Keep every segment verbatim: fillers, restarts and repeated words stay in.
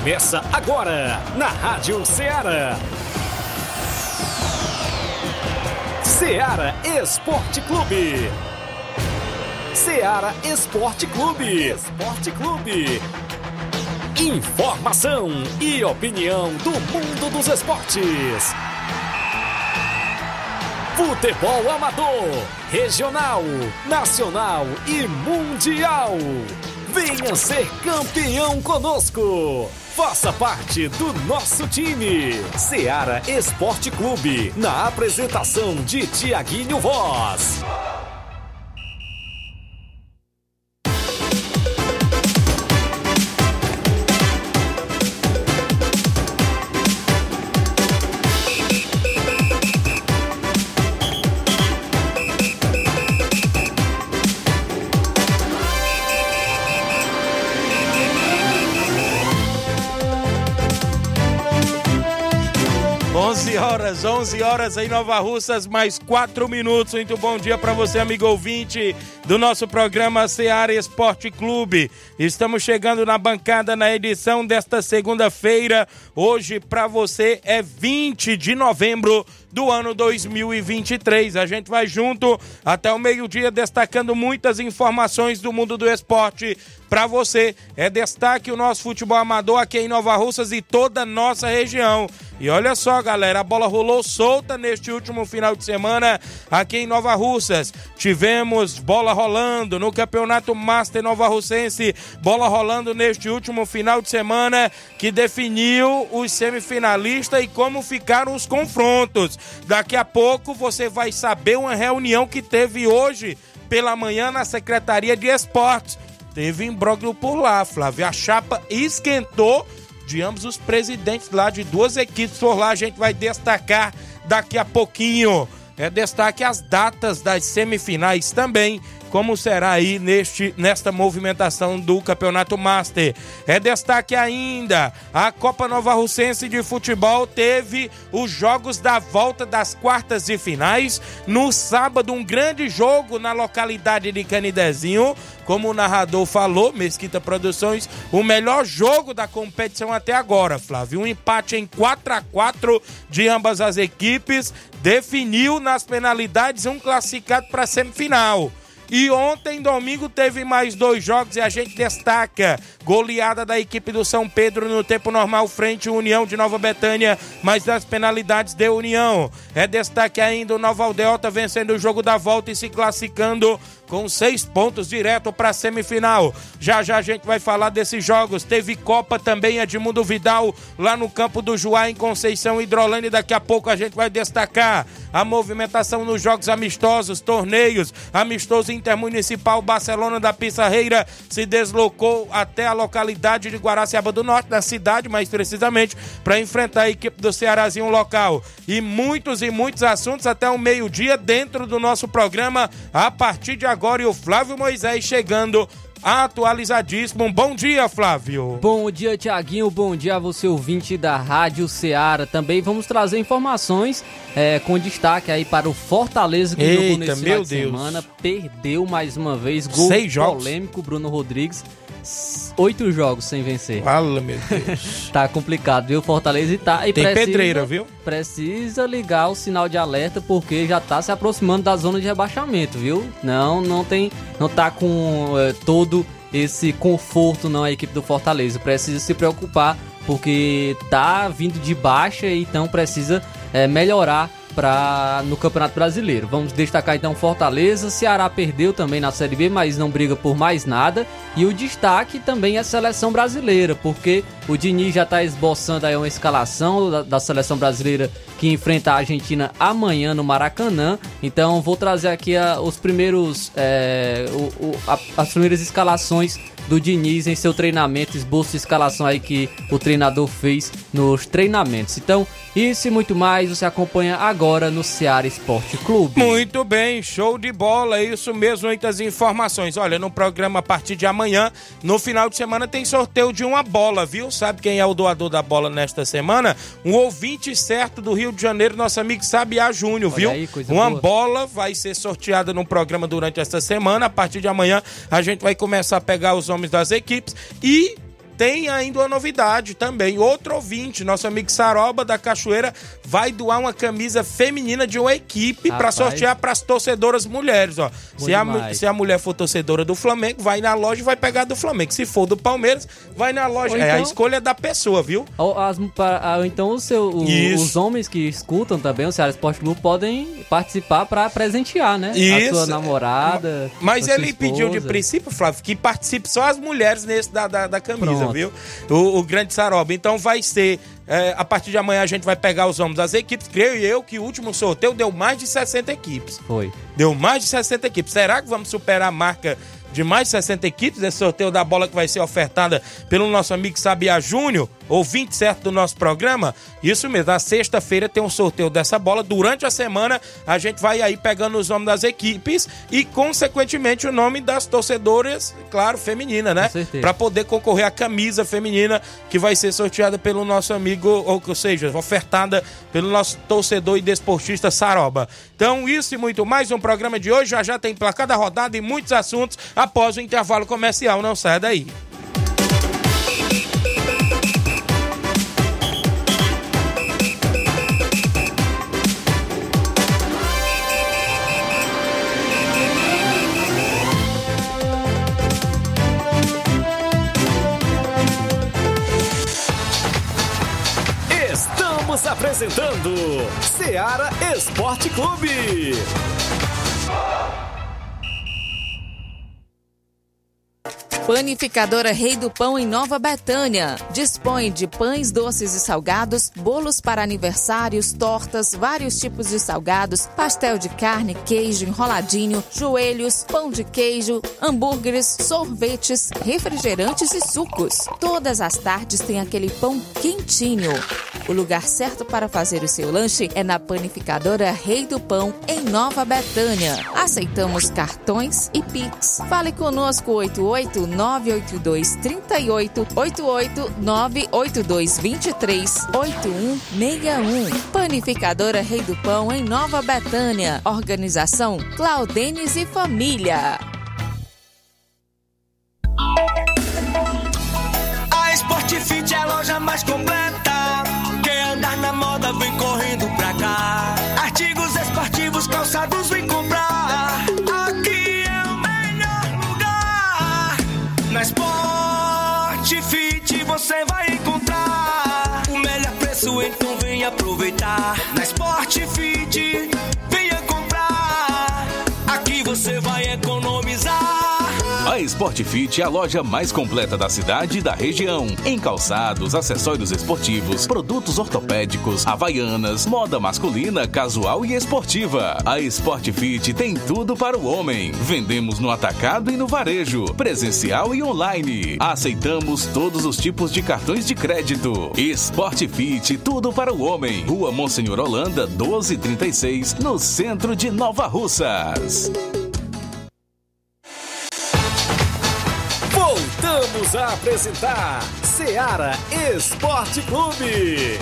Começa agora na Rádio Ceará. Ceará Esporte Clube. Ceará Esporte Clube. Esporte Clube. Informação e opinião do mundo dos esportes. Futebol amador, regional, nacional e mundial. Venha ser campeão conosco. Faça parte do nosso time. Ceará Esporte Clube, na apresentação de Tiaguinho Voz. onze horas, onze horas em Nova Russas, mais quatro minutos. Muito bom dia para você, amigo ouvinte do nosso programa Ceará Esporte Clube. Estamos chegando na bancada na edição desta segunda-feira. Hoje para você é vinte de novembro do ano dois mil e vinte e três. A gente vai junto até o meio-dia destacando muitas informações do mundo do esporte para você. É destaque o nosso futebol amador aqui em Nova Russas e toda a nossa região. E olha só, galera, a bola rolou solta neste último final de semana aqui em Nova Russas. Tivemos bola rolando no Campeonato Master Nova Russense, bola rolando neste último final de semana que definiu os semifinalistas e como ficaram os confrontos. Daqui a pouco você vai saber uma reunião que teve hoje pela manhã na Secretaria de Esportes. Teve imbróglio por lá, Flávio. A chapa esquentou de ambos os presidentes lá de duas equipes por lá. A gente vai destacar daqui a pouquinho. É destaque as datas das semifinais também, como será aí neste, nesta movimentação do Campeonato Master. É destaque ainda, a Copa Nova Russense de Futebol teve os jogos da volta das quartas de finais. No sábado, um grande jogo na localidade de Canidezinho. Como o narrador falou, Mesquita Produções, o melhor jogo da competição até agora, Flávio. Um empate em quatro a quatro de ambas as equipes definiu nas penalidades um classificado para a semifinal. E ontem, domingo, teve mais dois jogos e a gente destaca goleada da equipe do São Pedro no tempo normal frente à União de Nova Betânia, mas nas penalidades de União. É destaque ainda o Nova Aldeota vencendo o jogo da volta e se classificando com seis pontos direto para a semifinal. Já já a gente vai falar desses jogos. Teve Copa também, Edmundo Vidal, lá no campo do Juá, em Conceição, Hidrolândia. Daqui a pouco a gente vai destacar a movimentação nos jogos amistosos, torneios. Amistoso intermunicipal, Barcelona da Pissarreira se deslocou até a localidade de Guaraciaba do Norte, da cidade, mais precisamente, para enfrentar a equipe do Cearazinho local. E muitos e muitos assuntos até o meio-dia dentro do nosso programa, a partir de agora. E o Flávio Moisés chegando atualizadíssimo. Um bom dia, Flávio. Bom dia, Tiaguinho. Bom dia a você, ouvinte da Rádio Ceará. Também vamos trazer informações é, com destaque aí para o Fortaleza, que Eita, jogou nesse meu final de Deus. semana. Perdeu mais uma vez. Gol Seis jogos. polêmico, Bruno Rodrigues. Oito jogos sem vencer. Fala, meu Deus. Tá complicado, viu? Fortaleza e tá. E Tem precisa, pedreira, viu? Precisa ligar o sinal de alerta porque já tá se aproximando da zona de rebaixamento, viu? Não, não tem. Não tá com é, todo esse conforto, não, a equipe do Fortaleza. Precisa se preocupar porque tá vindo de baixa, então precisa é, melhorar Pra, no Campeonato Brasileiro. Vamos destacar então Fortaleza. Ceará perdeu também na Série B, mas não briga por mais nada. E o destaque também é a seleção brasileira, porque o Diniz já está esboçando aí uma escalação da, da seleção brasileira que enfrenta a Argentina amanhã no Maracanã. Então vou trazer aqui a, os primeiros é, o, o, a, as primeiras escalações do Diniz em seu treinamento, esboço de escalação aí que o treinador fez nos treinamentos. Então, isso e muito mais você acompanha agora no Ceará Esporte Clube. Muito bem, show de bola, é isso mesmo, muitas informações. Olha, no programa a partir de amanhã, no final de semana tem sorteio de uma bola, viu? Sabe quem é o doador da bola nesta semana? Um ouvinte certo do Rio de Janeiro, nosso amigo Sabiá Júnior, viu? Aí, uma boa. bola vai ser sorteada no programa durante esta semana. A partir de amanhã a gente vai começar a pegar os nomes das equipes e tem ainda uma novidade também. Outro ouvinte, nosso amigo Saroba da Cachoeira, vai doar uma camisa feminina de uma equipe para sortear para as torcedoras mulheres. Ó. Se a, se a mulher for torcedora do Flamengo, vai na loja e vai pegar do Flamengo. Se for do Palmeiras, vai na loja. Então, é a escolha da pessoa, viu? As, pra, então o seu, o, os homens que escutam também o Ceará Esporte Clube podem participar para presentear, né? Isso. A sua namorada. Mas ele esposa. pediu de princípio, Flávio, que participe só as mulheres nesse da, da, da camisa, Pronto. viu? O, o grande Saroba. Então vai ser, é, a partir de amanhã a gente vai pegar os homens das equipes. Creio eu que o último sorteio deu mais de sessenta equipes. Foi. Deu mais de sessenta equipes. Será que vamos superar a marca de mais de sessenta equipes, esse sorteio da bola que vai ser ofertada pelo nosso amigo Sabiá Júnior, ouvinte certo do nosso programa? Isso mesmo, na sexta-feira tem um sorteio dessa bola. Durante a semana a gente vai aí pegando os nomes das equipes e, consequentemente, o nome das torcedoras, claro, feminina, né? Para poder concorrer à camisa feminina que vai ser sorteada pelo nosso amigo, ou, ou seja, ofertada pelo nosso torcedor e desportista Saroba. Então, isso e muito mais, um programa de hoje já já tem placar da rodada e muitos assuntos após o intervalo comercial. Não saia daí. Estamos apresentando Ceará Esporte Clube. Panificadora Rei do Pão em Nova Betânia. Dispõe de pães doces e salgados, bolos para aniversários, tortas, vários tipos de salgados, pastel de carne, queijo, enroladinho, joelhos, pão de queijo, hambúrgueres, sorvetes, refrigerantes e sucos. Todas as tardes tem aquele pão quentinho. O lugar certo para fazer o seu lanche é na Panificadora Rei do Pão em Nova Betânia. Aceitamos cartões e Pix. Fale conosco oito oito nove oito dois três oito, oito oito nove oito dois dois três, oito um seis um. Panificadora Rei do Pão em Nova Betânia. Organização Claudenes e Família. A Sportfit é a loja mais completa. Quer andar na moda, vem correndo pra cá. Artigos esportivos, calçados, vem comprar. Aqui é o melhor lugar. Na Sportfit você vai encontrar o melhor preço, então vem aproveitar. Na Sportfit, venha comprar. Aqui você vai economizar. A Sportfit é a loja mais completa da cidade e da região. Em calçados, acessórios esportivos, produtos ortopédicos, havaianas, moda masculina, casual e esportiva. A Sportfit tem tudo para o homem. Vendemos no atacado e no varejo, presencial e online. Aceitamos todos os tipos de cartões de crédito. Sportfit, tudo para o homem. Rua Monsenhor Holanda, doze trinta e seis, no centro de Nova Russas. Voltamos a apresentar Ceará Esporte Clube.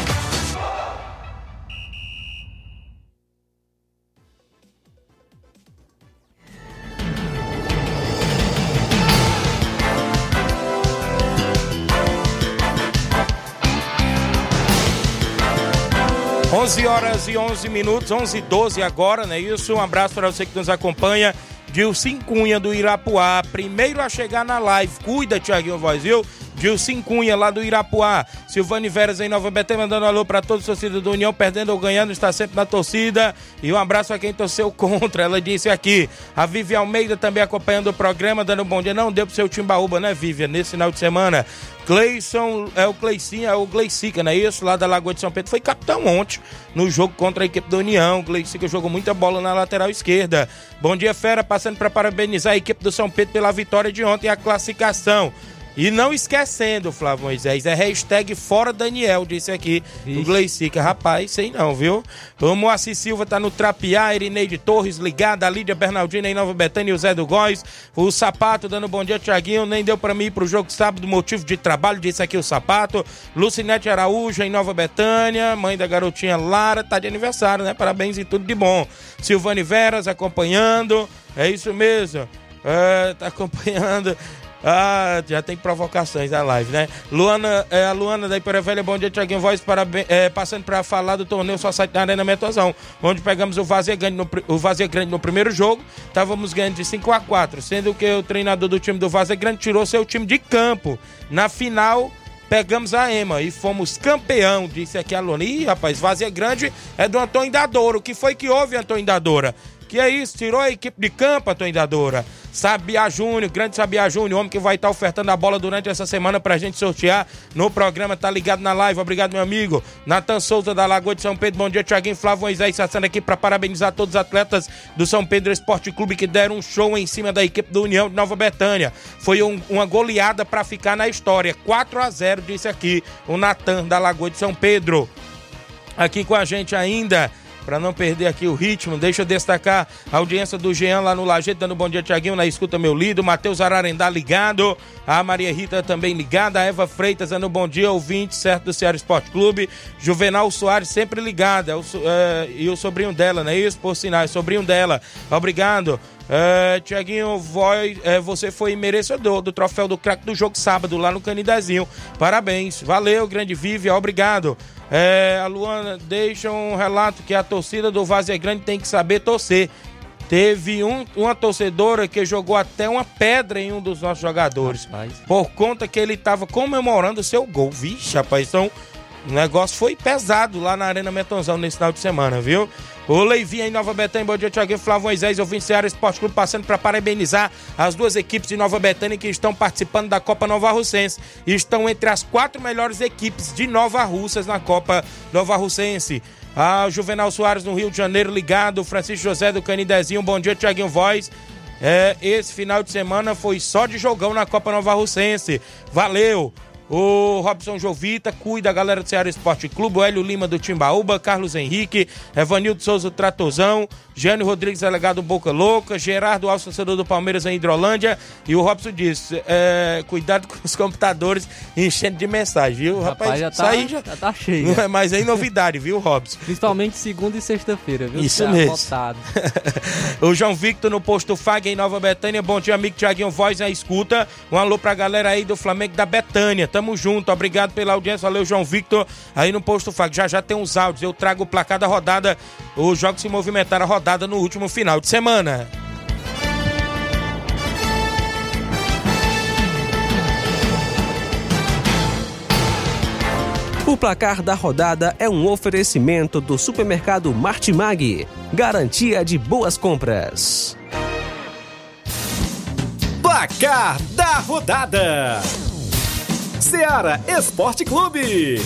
onze horas e onze minutos, onze e doze agora, não é isso? Um abraço para você que nos acompanha. Dilcim Cunha do Irapuá, primeiro a chegar na live. Cuida, Thiaguinho Voz, viu? Dilcim Cunha lá do Irapuá. Silvane Veras em Nova Betânia, mandando alô para todos os torcedores do União, perdendo ou ganhando, está sempre na torcida. E um abraço a quem torceu contra, ela disse aqui. A Vivi Almeida também acompanhando o programa, dando um bom dia. Não deu pro seu Timbaúba, né, Vivian, nesse final de semana. Cleison, é o Cleicinho, é o Gleicica, não é isso? Lá da Lagoa de São Pedro, foi capitão ontem no jogo contra a equipe do União. O Gleicica jogou muita bola na lateral esquerda. Bom dia, fera, passando para parabenizar a equipe do São Pedro pela vitória de ontem e a classificação. E não esquecendo, Flávio Moisés, é hashtag fora Daniel, disse aqui Ixi. o Gleicica. Rapaz, sei não, viu? O Moacir Silva tá no Trapiá, Irineide Torres ligada, a Lídia Bernardina em Nova Betânia e o Zé do Góis. O Sapato dando bom dia, Thiaguinho, nem deu pra mim ir pro jogo sábado, motivo de trabalho, disse aqui o Sapato. Lucinete Araújo em Nova Betânia, mãe da garotinha Lara, tá de aniversário, né? Parabéns e tudo de bom. Silvane Veras acompanhando, é isso mesmo, é, tá acompanhando. Ah, já tem provocações na live, né? Luana, é, a Luana da Ipeira Velha, bom dia, Tiaguinho Voz, parabéns, é, passando para falar do torneio Society na Arena Metozão, onde pegamos o Vazia Grande no, o Vazia Grande no primeiro jogo, estávamos ganhando de cinco a quatro, sendo que o treinador do time do Vazia Grande tirou seu time de campo. Na final, pegamos a Ema e fomos campeão, disse aqui a Luana. Ih, rapaz, Vazia Grande é do Antônio Dadora. O que foi que houve, Antônio Dadora? Que é isso? Tirou a equipe de campo, Antônio Dadora. Sabiá Júnior, grande Sabiá Júnior, homem que vai estar ofertando a bola durante essa semana pra gente sortear no programa. Tá ligado na live, obrigado, meu amigo. Natan Souza da Lagoa de São Pedro, bom dia, Tiaguinho. Flávio Moisés passando aqui pra parabenizar todos os atletas do São Pedro Esporte Clube que deram um show em cima da equipe do União de Nova Betânia. Foi um, uma goleada pra ficar na história, quatro a zero, disse aqui o Natan da Lagoa de São Pedro. Aqui com a gente ainda, para não perder aqui o ritmo, deixa eu destacar a audiência do Jean lá no Lajeito, dando bom dia, Tiaguinho, na escuta, meu lido. Matheus Ararendá ligado, a Maria Rita também ligada, a Eva Freitas dando bom dia, ouvinte, certo, do Ceará Esporte Clube. Juvenal Soares sempre ligada, é o, é, e o sobrinho dela, não é isso? Por sinal, é sobrinho dela, obrigado. É, Tiaguinho, voz, é, você foi merecedor do troféu do craque do jogo sábado lá no Canidezinho, parabéns, valeu, grande Vívia, obrigado. É, a Luana deixa um relato que a torcida do Vazia Grande tem que saber torcer. Teve um, uma torcedora que jogou até uma pedra em um dos nossos jogadores, rapaz, por conta que ele estava comemorando o seu gol. Vixe, rapaz, então o negócio foi pesado lá na Arena Metonzão nesse final de semana, viu? O Leivinho em Nova Betânia, bom dia, Tiaguinho, Flávio Moisés, ouvinte Ceará Esporte Clube, passando para parabenizar as duas equipes de Nova Betânia que estão participando da Copa Nova Russense. Estão entre as quatro melhores equipes de Nova Russas na Copa Nova Russense. Ah, o Juvenal Soares no Rio de Janeiro ligado, o Francisco José do Canidezinho, bom dia, Tiaguinho Voz. É, esse final de semana foi só de jogão na Copa Nova Russense. Valeu! O Robson Jovita cuida, a galera do Ceará Esporte Clube, o Hélio Lima do Timbaúba, Carlos Henrique, Evanildo Souza do Tratozão, Jânio Rodrigues, delegado Boca Louca, Gerardo Alves, torcedor do Palmeiras em Hidrolândia, e o Robson disse, é, cuidado com os computadores enchendo de mensagem, viu? Rapaz, Rapaz, já, isso tá, aí já, já tá cheio. Não é mais aí novidade, viu, Robson? Principalmente segunda e sexta-feira, viu? Isso tá mesmo. O João Victor no posto Fag em Nova Betânia, bom dia, amigo Tiaguinho Voz na escuta, um alô pra galera aí do Flamengo da Betânia, tamo junto, obrigado pela audiência, valeu João Victor, aí no posto Fag, já já tem uns áudios, eu trago o placar da rodada, os jogos se movimentaram a rodada no último final de semana. O placar da rodada é um oferecimento do supermercado Martimag, garantia de boas compras. Placar da rodada: Ceará Esporte Clube.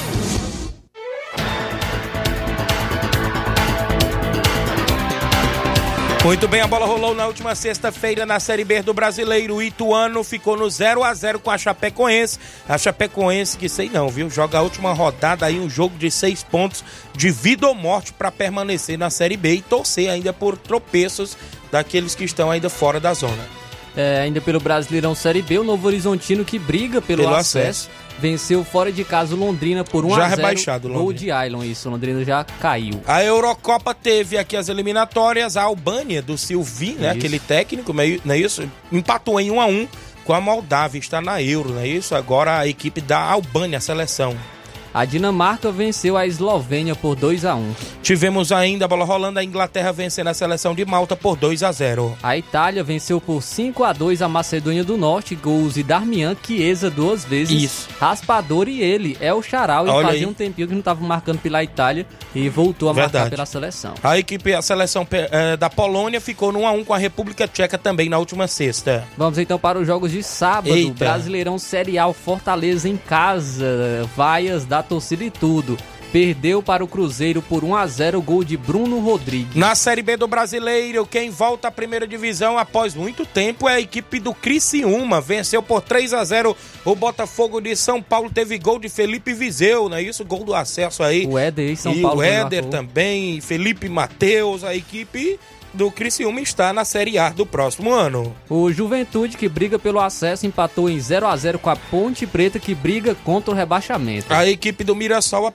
Muito bem, a bola rolou na última sexta-feira na Série B do Brasileiro. O Ituano ficou no zero a zero com a Chapecoense. A Chapecoense, que sei não, viu? Joga a última rodada aí, um jogo de seis pontos de vida ou morte para permanecer na Série B e torcer ainda por tropeços daqueles que estão ainda fora da zona. É, ainda pelo Brasileirão Série B, o Novo Horizontino, que briga pelo, pelo acesso, acesso, venceu fora de casa o Londrina por um a zero. Já rebaixado, Londrina. Gol de Ailon, isso, o Londrina já caiu. A Eurocopa teve aqui as eliminatórias, a Albânia do Silvi, né, isso. Aquele técnico, não é isso? Empatou em um a um com a Moldávia, está na Euro, não é isso? Agora a equipe da Albânia, a seleção. A Dinamarca venceu a Eslovênia por dois a um. Tivemos ainda a bola rolando, a Inglaterra vencendo a seleção de Malta por dois a zero. A Itália venceu por cinco a dois a Macedônia do Norte, gols de Darmian, Chiesa duas vezes. Isso. Raspador e ele, é o Charal, e fazia aí um tempinho que não estava marcando pela Itália e voltou a Verdade. marcar pela seleção. A equipe, a seleção é, da Polônia ficou no um a um com a República Tcheca também na última sexta. Vamos então para os jogos de sábado. Eita. Brasileirão Série A, Fortaleza em casa, vaias da torcida e tudo. Perdeu para o Cruzeiro por um a zero, gol de Bruno Rodrigues. Na Série B do Brasileiro, quem volta à primeira divisão após muito tempo é a equipe do Criciúma. Venceu por três a zero o Botafogo de São Paulo. Teve gol de Felipe Viseu, não é isso? Gol do acesso aí. O Éder em São e Paulo. E o Éder também, Felipe Mateus, a equipe do Criciúma está na Série A do próximo ano. O Juventude, que briga pelo acesso, empatou em zero a zero com a Ponte Preta, que briga contra o rebaixamento. A equipe do Mirassol aplicou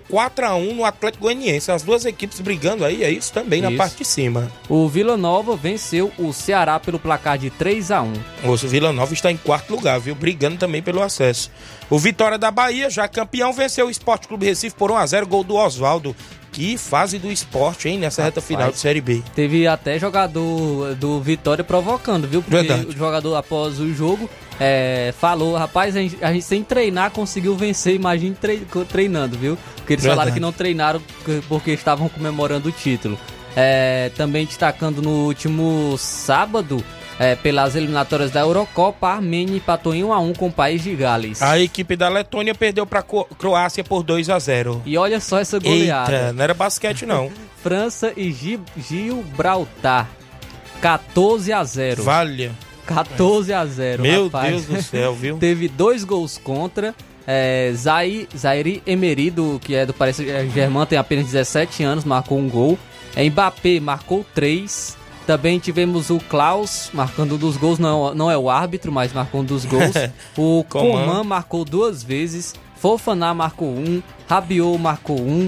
quatro a um no Atlético Goianiense. As duas equipes brigando aí, é isso também Isso. na parte de cima. O Vila Nova venceu o Ceará pelo placar de três a um. O Vila Nova está em quarto lugar, viu? Brigando também pelo acesso. O Vitória da Bahia, já campeão, venceu o Sport Clube Recife por um a zero, gol do Oswaldo. Que fase do esporte, hein, nessa reta final de Série B. Teve até jogador do Vitória provocando, viu? Porque Verdade. o jogador, após o jogo, é, falou, rapaz, a gente, a gente sem treinar conseguiu vencer, imagine tre- treinando, viu? Porque eles Verdade. falaram que não treinaram porque estavam comemorando o título. É, também destacando no último sábado, é, pelas eliminatórias da Eurocopa, a Armênia empatou em um a um com o país de Gales. A equipe da Letônia perdeu para a Croácia por dois a zero. E olha só essa goleada. Eita, não era basquete não. França e Gi- Gibraltar, quatorze a zero. Valha. quatorze a zero, Meu rapaz. Deus do céu, viu? Teve dois gols contra. É, Zai, Zaire Emery, do, que é do Paris Saint-Germain, tem apenas dezessete anos, marcou um gol. É, Mbappé marcou três. Também tivemos o Klaus marcando um dos gols, não, não é o árbitro, mas marcou um dos gols. O Coman. Coman marcou duas vezes. Fofaná marcou um. Rabiot marcou um.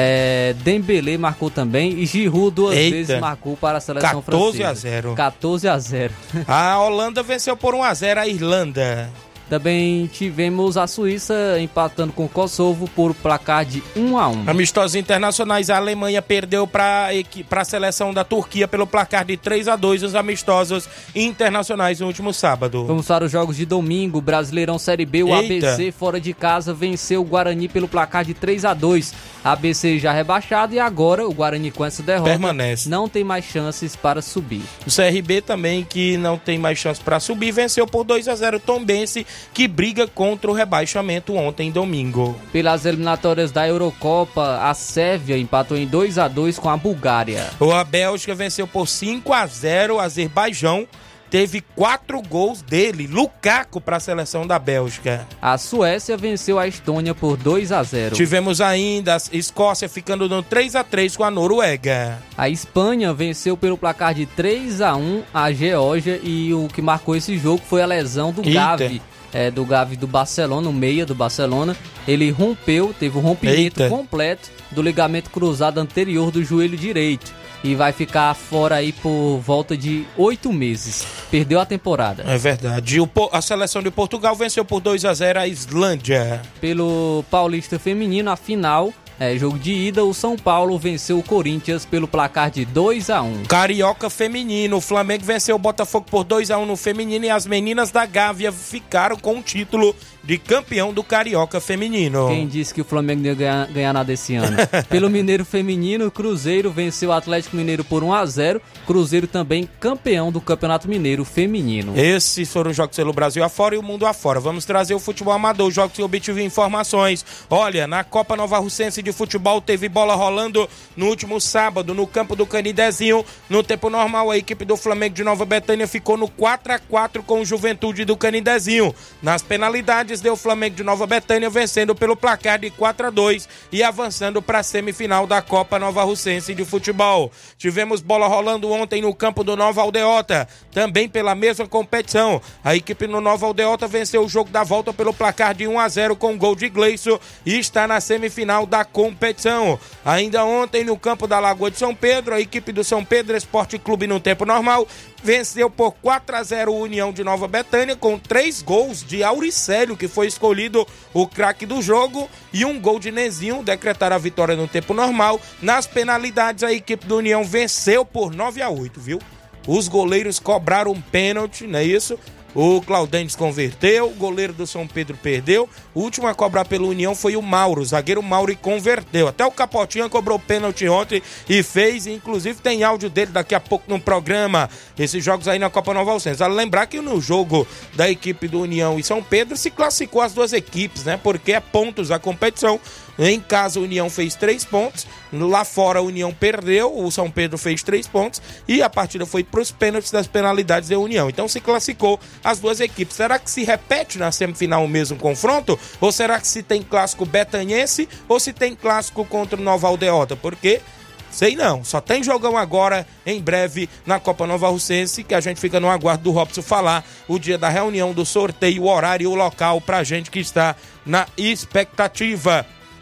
É, Dembélé marcou também. E Giroud duas Eita. vezes marcou para a seleção quatorze francesa. a zero. quatorze a zero. A Holanda venceu por um a zero a Irlanda. Também tivemos a Suíça empatando com o Kosovo por placar de um a um. Amistosos internacionais, a Alemanha perdeu para a seleção da Turquia pelo placar de três a dois nos amistosos internacionais no último sábado. Vamos para os jogos de domingo. Brasileirão Série B, o Eita. A B C fora de casa venceu o Guarani pelo placar de três a dois. A B C já rebaixado e agora o Guarani com essa derrota Permanece. não tem mais chances para subir. O C R B também, que não tem mais chance para subir, venceu por dois a zero o Tombense, que briga contra o rebaixamento ontem, domingo. Pelas eliminatórias da Eurocopa, a Sérvia empatou em dois a dois com a Bulgária. A Bélgica venceu por cinco a zero o Azerbaijão. Teve quatro gols dele, Lukaku, para a seleção da Bélgica. A Suécia venceu a Estônia por dois a zero. Tivemos ainda a Escócia ficando no três a três com a Noruega. A Espanha venceu pelo placar de três a um a Geórgia e o que marcou esse jogo foi a lesão do Eita. Gavi. É, do Gavi do Barcelona, o meia do Barcelona. Ele rompeu, teve um rompimento Eita. completo do ligamento cruzado anterior do joelho direito. E vai ficar fora aí por volta de oito meses. Perdeu a temporada. É verdade. O, a seleção de Portugal venceu por dois a zero a Islândia. Pelo Paulista Feminino, a final, é, jogo de ida, o São Paulo venceu o Corinthians pelo placar de dois a um. Carioca Feminino, o Flamengo venceu o Botafogo por dois a um no feminino e as meninas da Gávea ficaram com o título de campeão do Carioca Feminino. Quem disse que o Flamengo ia ganhar, ganhar nada esse ano? Pelo Mineiro Feminino, o Cruzeiro venceu o Atlético Mineiro por um a zero. Cruzeiro também campeão do Campeonato Mineiro Feminino. Esses foram os jogos pelo Brasil afora e o mundo afora. Vamos trazer o futebol amador, os jogos que eu obtive informações. Olha, na Copa Nova Russense de Futebol teve bola rolando no último sábado no campo do Canidezinho. No tempo normal, a equipe do Flamengo de Nova Betânia ficou no quatro a quatro com o Juventude do Canidezinho. Nas penalidades, deu o Flamengo de Nova Betânia vencendo pelo placar de quatro a dois e avançando para a semifinal da Copa Nova Russense de Futebol. Tivemos bola rolando ontem no campo do Nova Aldeota, também pela mesma competição. A equipe no Nova Aldeota venceu o jogo da volta pelo placar de um a zero com gol de Gleison e está na semifinal da competição. Ainda ontem no campo da Lagoa de São Pedro, a equipe do São Pedro Esporte Clube no tempo normal venceu por quatro a zero o União de Nova Betânia com três gols de Auricélio, que foi escolhido o craque do jogo, e um gol de Nezinho, decretaram a vitória no tempo normal. Nas penalidades, a equipe do União venceu por nove a oito, viu? Os goleiros cobraram um pênalti, não é isso? O Claudentes converteu, o goleiro do São Pedro perdeu. O último a cobrar pela União foi o Mauro, o zagueiro Mauro, e converteu. Até o Capotinha cobrou pênalti ontem e fez, e inclusive tem áudio dele daqui a pouco no programa. Esses jogos aí na Copa Nova Alcense. Vale lembrar que no jogo da equipe do União e São Pedro se classificou as duas equipes, né? Porque é pontos a competição. Em casa, a União fez três pontos. Lá fora, a União perdeu. O São Pedro fez três pontos. E a partida foi para os pênaltis das penalidades da União. Então, se classificou as duas equipes. Será que se repete na semifinal o mesmo confronto? Ou será que se tem clássico betaniense? Ou se tem clássico contra o Nova Aldeota? Porque... sei não, só tem jogão agora, em breve, na Copa Nova Russense, que a gente fica no aguardo do Robson falar o dia da reunião, do sorteio, o horário e o local pra gente que está na expectativa.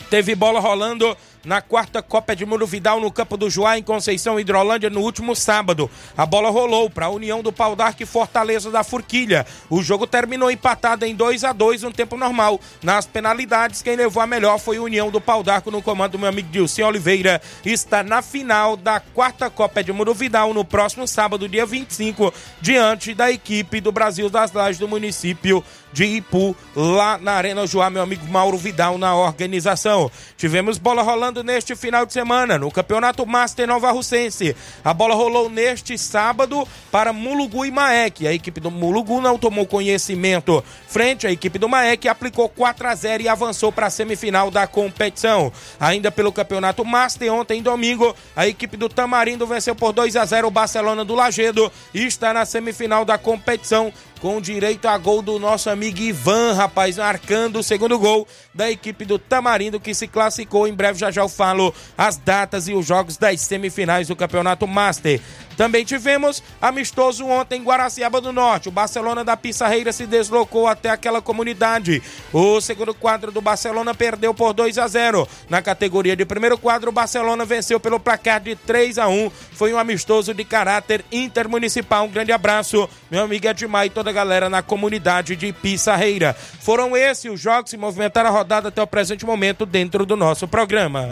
Teve bola rolando na quarta Copa Edmundo Vidal no campo do Joá, em Conceição, Hidrolândia, no último sábado. A bola rolou para a União do Pau d'Arco e Fortaleza da Forquilha. O jogo terminou empatado em dois a dois no tempo normal. Nas penalidades, quem levou a melhor foi a União do Pau d'Arco, no comando do meu amigo Dilcim Oliveira. Está na final da quarta Copa Edmundo Vidal no próximo sábado, dia vinte e cinco, diante da equipe do Brasil das Lajes do município de Ipu, lá na Arena Joá, meu amigo Mauro Vidal na organização. Tivemos bola rolando neste final de semana no Campeonato Master Nova Russense. A bola rolou neste sábado para Mulugu e Maek. A equipe do Mulugu não tomou conhecimento frente à equipe do Maek, aplicou quatro a zero e avançou para a semifinal da competição. Ainda pelo Campeonato Master, ontem domingo, a equipe do Tamarindo venceu por dois a zero o Barcelona do Lagedo e está na semifinal da competição, com direito a gol do nosso amigo Ivan, rapaz, marcando o segundo gol da equipe do Tamarindo, que se classificou. Em breve já já eu falo as datas e os jogos das semifinais do Campeonato Master. Também tivemos amistoso ontem em Guaraciaba do Norte. O Barcelona da Pissarreira se deslocou até aquela comunidade. O segundo quadro do Barcelona perdeu por dois a zero. Na categoria de primeiro quadro, o Barcelona venceu pelo placar de três a um. Foi um amistoso de caráter intermunicipal. Um grande abraço, meu amigo Edmar e toda a galera na comunidade de Pissarreira. Foram esses os jogos que movimentaram a rodada até o presente momento dentro do nosso programa.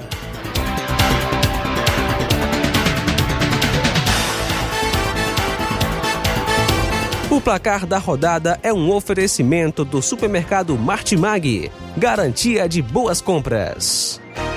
O placar da rodada é um oferecimento do supermercado Martimag. Garantia de boas compras.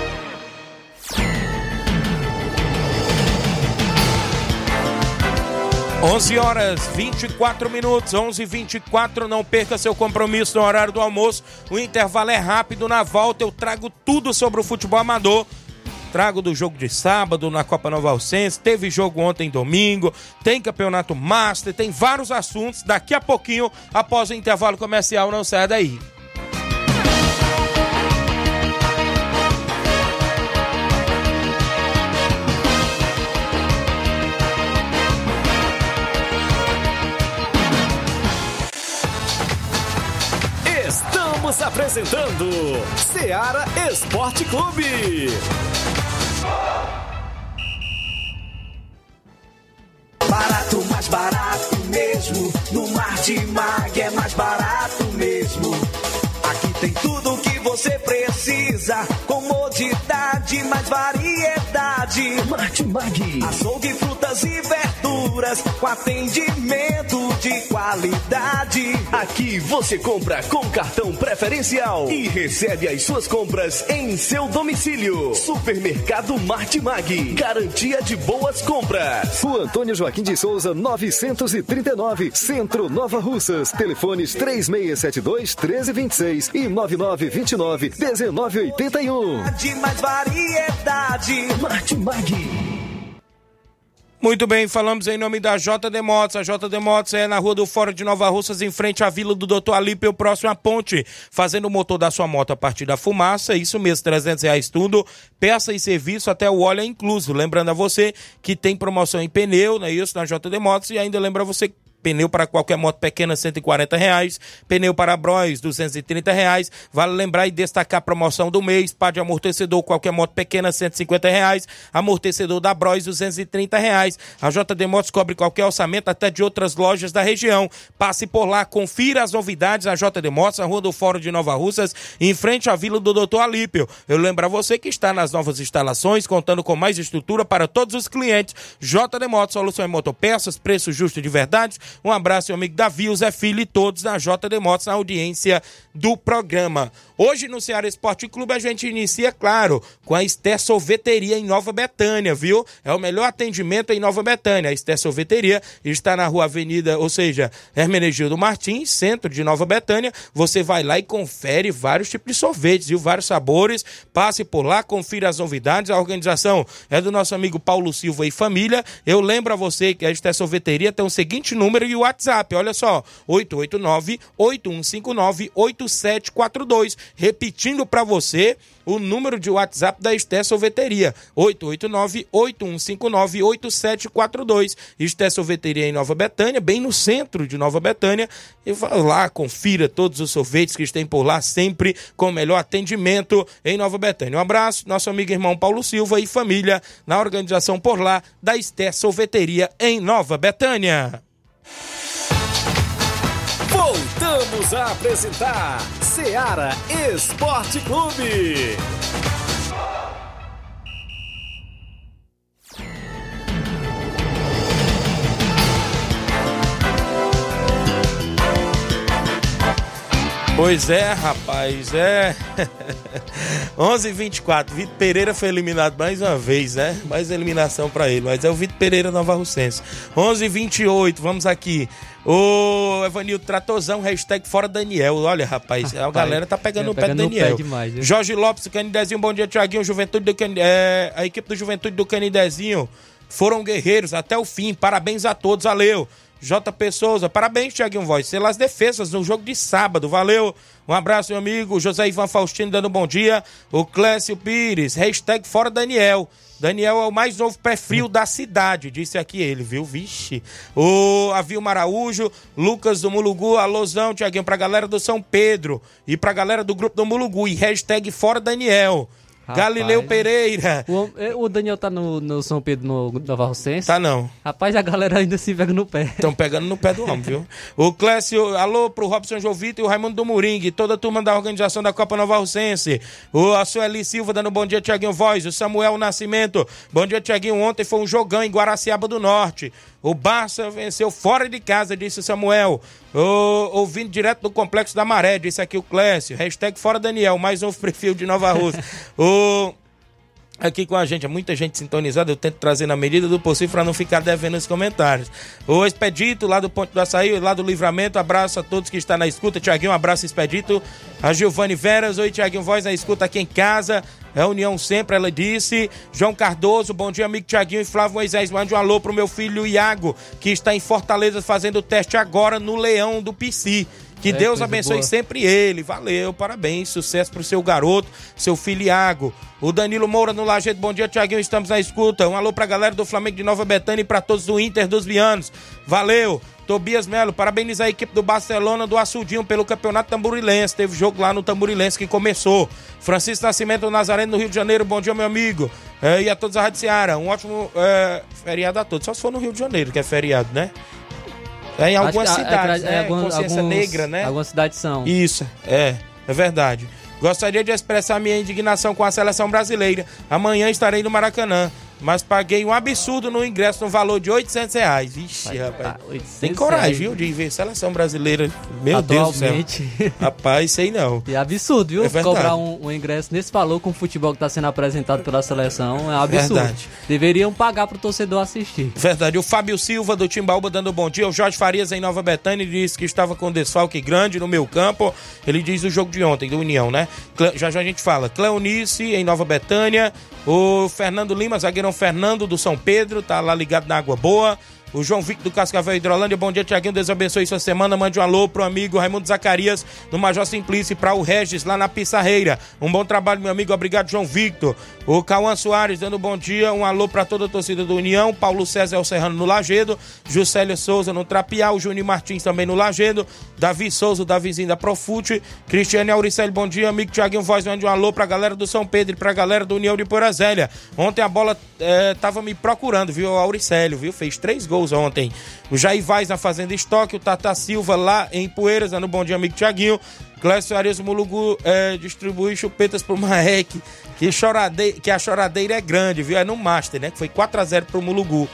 onze horas e vinte e quatro minutos, onze e vinte e quatro, não perca seu compromisso no horário do almoço. O intervalo é rápido, na volta eu trago tudo sobre o futebol amador. Trago do jogo de sábado na Copa Nova Russense, teve jogo ontem domingo, tem campeonato Master, tem vários assuntos. Daqui a pouquinho, após o intervalo comercial, não saia daí. Estamos apresentando Seara Esporte Clube. Barato, mais barato mesmo. No Martimag é mais barato mesmo. Aqui tem tudo o que você precisa. Comodidade, mais variedade. Martimag. Açougue, frutas e verduras com atendimento de qualidade. Aqui você compra com cartão preferencial e recebe as suas compras em seu domicílio. Supermercado Martimag. Garantia de boas compras. Rua Antônio Joaquim de Souza, novecentos e trinta e nove, Centro, Nova Russas. Telefones três seis sete dois, um três dois seis e nove nove dois nove, um nove oito um. De mais variedade. Martimag. Muito bem, falamos em nome da J D Motos. A J D Motos é na Rua do Fórum de Nova Russas, em frente à Vila do doutor Alípio, próximo à ponte, fazendo o motor da sua moto a partir da fumaça. Isso mesmo, trezentos reais tudo, peça e serviço, até o óleo é incluso. Lembrando a você que tem promoção em pneu, não é isso, na J D Motos, e ainda lembra você que pneu para qualquer moto pequena, cento e quarenta reais. Pneu para Bros, duzentos e trinta reais. Vale lembrar e destacar a promoção do mês. Par de amortecedor, qualquer moto pequena, cento e cinquenta reais. Amortecedor da Bros, duzentos e trinta reais. A J D Motos cobre qualquer orçamento, até de outras lojas da região. Passe por lá, confira as novidades. A J D Motos, a Rua do Fórum de Nova Russas, em frente à Vila do doutor Alípio. Eu lembro a você que está nas novas instalações, contando com mais estrutura para todos os clientes. J D Motos, solução em motopeças, preço justo de verdade. Um abraço, meu amigo Davi, o Zé Filho e todos da J D Motos na audiência do programa. Hoje no Ceará Esporte Clube a gente inicia, claro, com a Esther Sorveteria em Nova Betânia, viu? É o melhor atendimento em Nova Betânia. A Esther Sorveteria está na Rua Avenida, ou seja, Hermenegildo Martins, centro de Nova Betânia. Você vai lá e confere vários tipos de sorvetes, viu? Vários sabores. Passe por lá, confira as novidades. A organização é do nosso amigo Paulo Silva e família. Eu lembro a você que a Esther Sorveteria tem o seguinte número e o WhatsApp, olha só, oito oito nove, oito um cinco nove, oito sete quatro dois. Repetindo para você o número de WhatsApp da Esté Sorveteria, oito oito nove, oito um cinco nove, oito sete quatro dois. Esté Sorveteria em Nova Betânia, bem no centro de Nova Betânia. E vá lá, confira todos os sorvetes que tem por lá, sempre com o melhor atendimento em Nova Betânia. Um abraço, nosso amigo e irmão Paulo Silva e família na organização por lá da Esté Sorveteria em Nova Betânia. Voltamos a apresentar Seara Esporte Clube. Pois é, rapaz, é. onze e vinte e quatro, Vitor Pereira foi eliminado mais uma vez, né? Mais eliminação pra ele, mas é o Vitor Pereira Nova Russense. onze e vinte e oito, vamos aqui. O Evanildo Tratozão, hashtag fora Daniel. Olha, rapaz, a galera tá pegando é, no pé do Daniel. Pé demais, Jorge Lopes, do Canidezinho, bom dia, Tiaguinho. Juventude do Can... é, a equipe do Juventude do Canidezinho foram guerreiros até o fim. Parabéns a todos, valeu. J P Souza, parabéns, Tiaguinho Voz, pelas defesas no jogo de sábado, valeu. Um abraço, meu amigo. José Ivan Faustino dando bom dia. O Clécio Pires, hashtag fora Daniel. Daniel é o mais novo pé frio da cidade, disse aqui ele, viu? Vixe. O Avilma Araújo, Lucas do Mulugu, alôzão, Tiaguinho, pra galera do São Pedro e pra galera do grupo do Mulugu. E hashtag fora Daniel. Rapaz, Galileu Pereira. O, o Daniel tá no, no São Pedro, no Nova Russense? Tá não. Rapaz, a galera ainda se pega no pé. Estão pegando no pé do homem, viu? O Clécio, alô pro Robson Jovito e o Raimundo do Moringue, toda a turma da organização da Copa Nova Russense. O a Sueli Silva dando bom dia, Tiaguinho Voz. O Samuel Nascimento, bom dia, Tiaguinho. Ontem foi um jogão em Guaraciaba do Norte. O Barça venceu fora de casa, disse o Samuel. O, ouvindo direto do Complexo da Maré, disse aqui o Clécio. Hashtag fora Daniel, mais um perfil de Nova Rússia. o... Aqui com a gente, é muita gente sintonizada, eu tento trazer na medida do possível para não ficar devendo nos comentários. O Expedito, lá do Ponte do Açaí, lá do Livramento, abraço a todos que estão na escuta. Tiaguinho, um abraço, Expedito. A Giovanni Veras, oi, Tiaguinho Voz na escuta aqui em casa. É união sempre, ela disse. João Cardoso, bom dia, amigo Tiaguinho e Flávio Moisés. Mande um alô pro meu filho Iago, que está em Fortaleza fazendo o teste agora no Leão do P C. Que é, Deus abençoe boa. Sempre ele. Valeu, parabéns, sucesso pro seu garoto, seu filho Iago. O Danilo Moura no Lajeado, bom dia, Tiaguinho, estamos na escuta. Um alô pra galera do Flamengo de Nova Betânia e pra todos do Inter dos Vianos. Valeu. Tobias Melo, parabeniza a equipe do Barcelona do Açudinho pelo Campeonato Tamborilense. Teve jogo lá no Tamborilense que começou. Francisco Nascimento Nazareno no Rio de Janeiro, bom dia, meu amigo. É, e a todos a Rádio Seara. Um ótimo é, feriado a todos. Só se for no Rio de Janeiro, que é feriado, né? É em algumas Acho, cidades, é, é, né? Alguns, Consciência alguns, Negra, né? Algumas cidades são. Isso, é, é verdade. Gostaria de expressar minha indignação com a seleção brasileira. Amanhã estarei no Maracanã, mas paguei um absurdo no ingresso no valor de oitocentos reais. Vixe, vai, rapaz. Tá, tem coragem, viu, de ver seleção brasileira. Meu Deus do céu. Rapaz, sei não. E é absurdo, viu? É cobrar um, um ingresso nesse valor com o futebol que está sendo apresentado pela seleção. É um absurdo. Verdade. Deveriam pagar para o torcedor assistir. Verdade. O Fábio Silva do Timbaúba dando bom dia. O Jorge Farias em Nova Betânia disse que estava com desfalque grande no meu campo. Ele diz o jogo de ontem, do União, né? Já já a gente fala. Cleonice em Nova Betânia. O Fernando Lima, zagueirão Fernando do São Pedro, tá lá ligado na Água Boa. O João Victor do Cascavel Hidrolândia, bom dia, Tiaguinho, Deus abençoe sua semana. Mande um alô pro amigo Raimundo Zacarias no Major Simplício e para o Regis lá na Pissarreira. Um bom trabalho, meu amigo, obrigado, João Victor. O Cauã Soares dando bom dia, um alô para toda a torcida do União. Paulo César Serrano no Lagedo, Juscelio Souza no Trapiá, o Júnior Martins também no Lagedo, Davi Souza, o Davizinho da Profute, Cristiane Auricelli, bom dia, amigo Tiaguinho Voz, mande um alô pra galera do São Pedro e pra galera do União de Porazélia. Ontem a bola é, tava me procurando, viu, o Auricélio, viu, fez três gols ontem. O Jair Vaz na Fazenda Estoque, o Tata Silva lá em Poeiras, dando bom dia, amigo Tiaguinho. Clécio Arias Mulugu é, distribui chupetas pro Maek, que, que a choradeira é grande, viu? É no Master, né? Que foi quatro a zero pro Mulugu.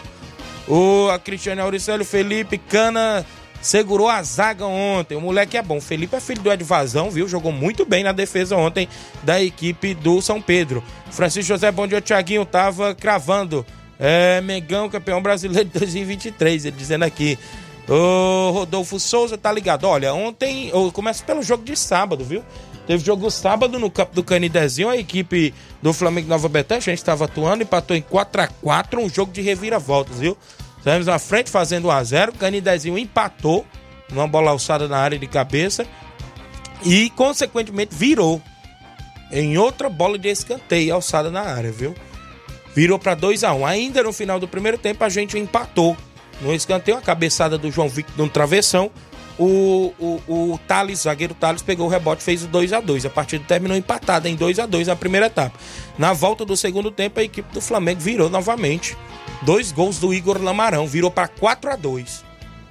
O a Cristiane Auricélio, Felipe Cana segurou a zaga ontem. O moleque é bom. O Felipe é filho do Edvazão, viu? Jogou muito bem na defesa ontem da equipe do São Pedro. Francisco José, bom dia, Tiaguinho. Tava cravando. É, Mengão, campeão brasileiro de dois mil e vinte e três, ele dizendo aqui. O Rodolfo Souza tá ligado. Olha, ontem, eu começo pelo jogo de sábado, viu? Teve jogo sábado no campo do Canidezinho, a equipe do Flamengo Nova Betânia, a gente estava atuando, empatou em quatro a quatro, um jogo de reviravoltas, viu? Saímos na frente fazendo um a zero. O Canidezinho empatou numa bola alçada na área de cabeça e, consequentemente, virou em outra bola de escanteio alçada na área, viu? Virou para dois a um. Ainda no final do primeiro tempo, a gente empatou no escanteio, a cabeçada do João Victor no travessão. O, o, o Thales, zagueiro Thales, pegou o rebote, fez o dois a dois. A partida terminou empatada em dois a dois na primeira etapa. Na volta do segundo tempo, a equipe do Flamengo virou novamente. Dois gols do Igor Lamarão, virou para quatro a dois.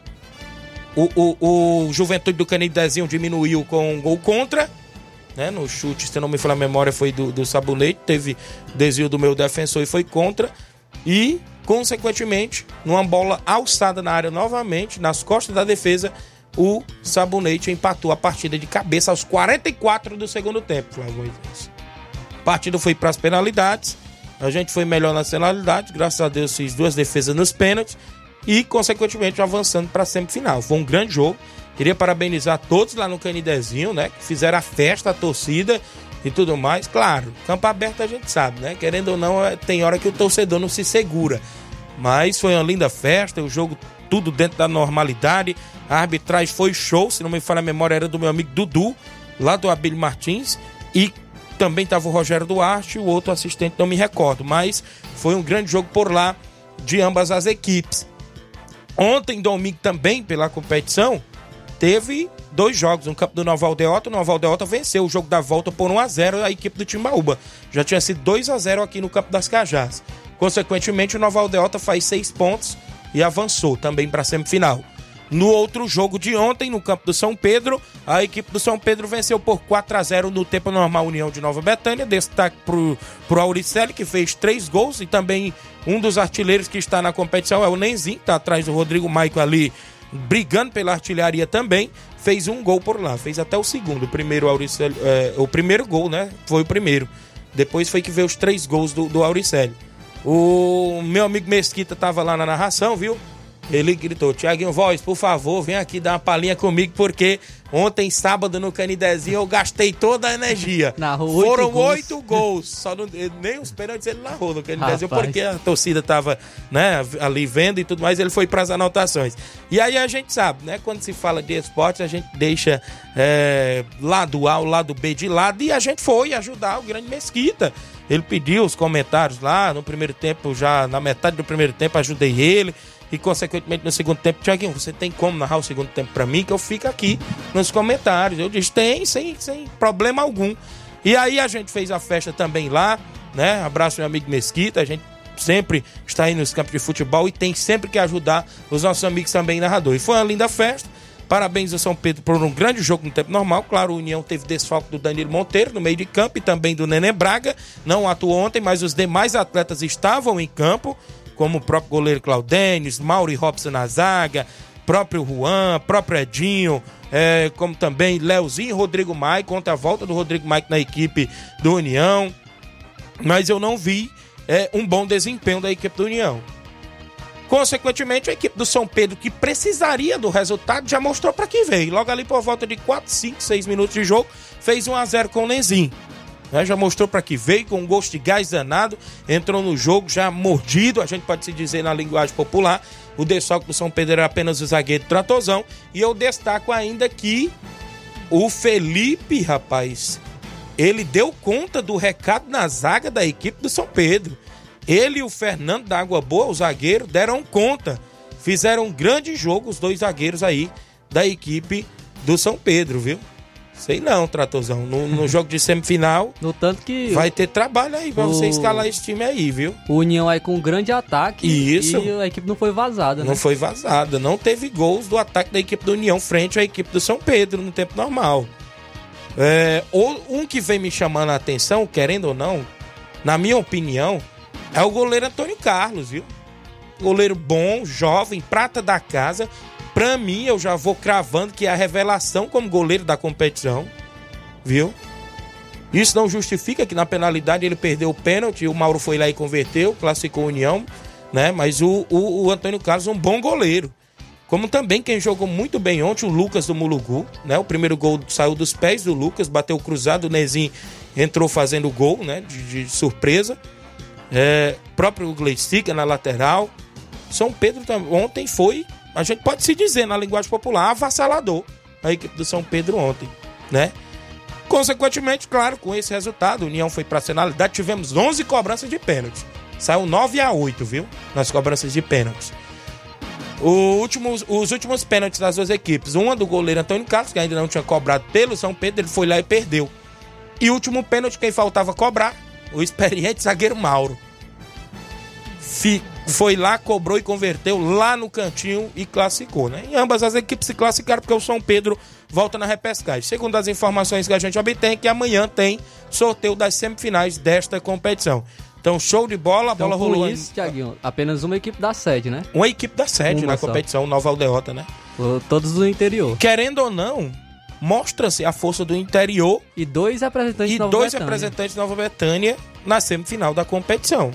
O, o, o Juventude do Canidezinho diminuiu com um gol contra, né? No chute, se não me falha a memória, foi do, do Sabonete. Teve desvio do meu defensor e foi contra. E, consequentemente, numa bola alçada na área novamente, nas costas da defesa, o Sabonete empatou a partida de cabeça aos quarenta e quatro do segundo tempo, Flávio Moisés. A partida foi para as penalidades. A gente foi melhor nas penalidades. Graças a Deus fiz duas defesas nos pênaltis. E, consequentemente, avançando para a semifinal. Foi um grande jogo. Queria parabenizar todos lá no Canidezinho, né? Que fizeram a festa, a torcida e tudo mais. Claro, campo aberto a gente sabe, né? Querendo ou não, tem hora que o torcedor não se segura. Mas foi uma linda festa, o jogo tudo dentro da normalidade. A arbitragem foi show, se não me falha a memória, era do meu amigo Dudu, lá do Abílio Martins. E também estava o Rogério Duarte, o outro assistente não me recordo. Mas foi um grande jogo por lá de ambas as equipes. Ontem, domingo, também, pela competição, teve dois jogos no campo do Nova Aldeota. O Nova Aldeota venceu o jogo da volta por um a zero a equipe do Timbaúba. Já tinha sido dois a zero aqui no campo das Cajás. Consequentemente, o Nova Aldeota faz seis pontos e avançou também para a semifinal. No outro jogo de ontem, no campo do São Pedro, a equipe do São Pedro venceu por quatro a zero no tempo normal União de Nova Betânia. Destaque pro, pro Auricelli, que fez três gols, e também um dos artilheiros que está na competição é o Nenzinho, que está atrás do Rodrigo Maico ali, brigando pela artilharia também. Fez um gol por lá, fez até o segundo. O primeiro, Auricelli, é, o primeiro gol, né? Foi o primeiro. Depois foi que veio os três gols do, do Auricelli. O meu amigo Mesquita estava lá na narração, viu? Ele gritou: Tiaguinho Voz, por favor, vem aqui dar uma palhinha comigo, porque ontem, sábado, no Canidezinho, eu gastei toda a energia. Narrou Foram oito gols. oito gols. Só não, nem os pênaltis ele narrou no Canidezinho, porque a torcida tava, né, ali vendo e tudo mais, ele foi para as anotações. E aí a gente sabe, né, quando se fala de esportes, a gente deixa é, lado A, o lado B de lado, e a gente foi ajudar o grande Mesquita. Ele pediu os comentários lá no primeiro tempo, já na metade do primeiro tempo, ajudei ele. E, consequentemente, no segundo tempo, Tiaguinho, você tem como narrar o segundo tempo pra mim? Que eu fico aqui nos comentários. Eu disse, tem, sem, sem problema algum. E aí a gente fez a festa também lá, né? Abraço meu amigo Mesquita. A gente sempre está aí nos campos de futebol e tem sempre que ajudar os nossos amigos também narradores. Foi uma linda festa. Parabéns ao São Pedro por um grande jogo no tempo normal. Claro, o União teve desfalque do Danilo Monteiro no meio de campo e também do Nenê Braga. Não atuou ontem, mas os demais atletas estavam em campo, como o próprio goleiro Claudênis, Mauro e Robson na zaga, próprio Juan, próprio Edinho, é, como também Leozinho e Rodrigo Maico, contra a volta do Rodrigo Maico na equipe do União. Mas eu não vi é, um bom desempenho da equipe do União. Consequentemente, a equipe do São Pedro, que precisaria do resultado, já mostrou para que veio. Logo ali por volta de quatro, cinco, seis minutos de jogo, fez um a zero com o Nenzinho. Né, já mostrou para que veio, com um gosto de gás danado, entrou no jogo já mordido, a gente pode se dizer na linguagem popular. O desfalque do São Pedro era apenas o zagueiro Tratozão. E eu destaco ainda que o Felipe, rapaz, ele deu conta do recado na zaga da equipe do São Pedro. Ele e o Fernando da Água Boa, o zagueiro, deram conta. Fizeram um grande jogo, os dois zagueiros aí da equipe do São Pedro, viu? Sei não, Tratozão. No, no jogo de semifinal, no tanto que vai ter trabalho aí pra o... você escalar esse time aí, viu? O União aí com um grande ataque. Isso. E a equipe não foi vazada, né? Não foi vazada. Não teve gols do ataque da equipe do União frente à equipe do São Pedro no tempo normal. É, um que vem me chamando a atenção, querendo ou não, na minha opinião, é o goleiro Antônio Carlos, viu? Goleiro bom, jovem, prata da casa. Pra mim, eu já vou cravando que é a revelação como goleiro da competição, viu? Isso não justifica que na penalidade ele perdeu o pênalti, o Mauro foi lá e converteu, classificou a União, né? Mas o, o, o Antônio Carlos é um bom goleiro. Como também quem jogou muito bem ontem, o Lucas do Mulugu, né? O primeiro gol saiu dos pés do Lucas, bateu cruzado, o Nezinho entrou fazendo o gol, né? De, de surpresa. É, próprio Gleicica na lateral. São Pedro ontem foi, a gente pode se dizer na linguagem popular, avassalador a equipe do São Pedro ontem, né? Consequentemente, claro, com esse resultado, a União foi para a finalidade, tivemos onze cobranças de pênalti. Saiu nove a oito, viu? Nas cobranças de pênalti. O último, os últimos pênaltis das duas equipes, uma do goleiro Antônio Carlos, que ainda não tinha cobrado pelo São Pedro, ele foi lá e perdeu. E o último pênalti, quem faltava cobrar, o experiente zagueiro Mauro. Foi lá, cobrou e converteu lá no cantinho e classificou, né? E ambas as equipes se classificaram porque o São Pedro volta na repescagem. Segundo as informações que a gente obtém, que amanhã tem sorteio das semifinais desta competição. Então, show de bola, a então, bola rolou. Por isso, Thiaguinho, apenas uma equipe da sede, né? Uma equipe da sede uma na só. competição, Nova Aldeota, né? Todos do interior. Querendo ou não, mostra-se a força do interior e dois representantes e de Nova dois Betânia. representantes de Nova Betânia na semifinal da competição.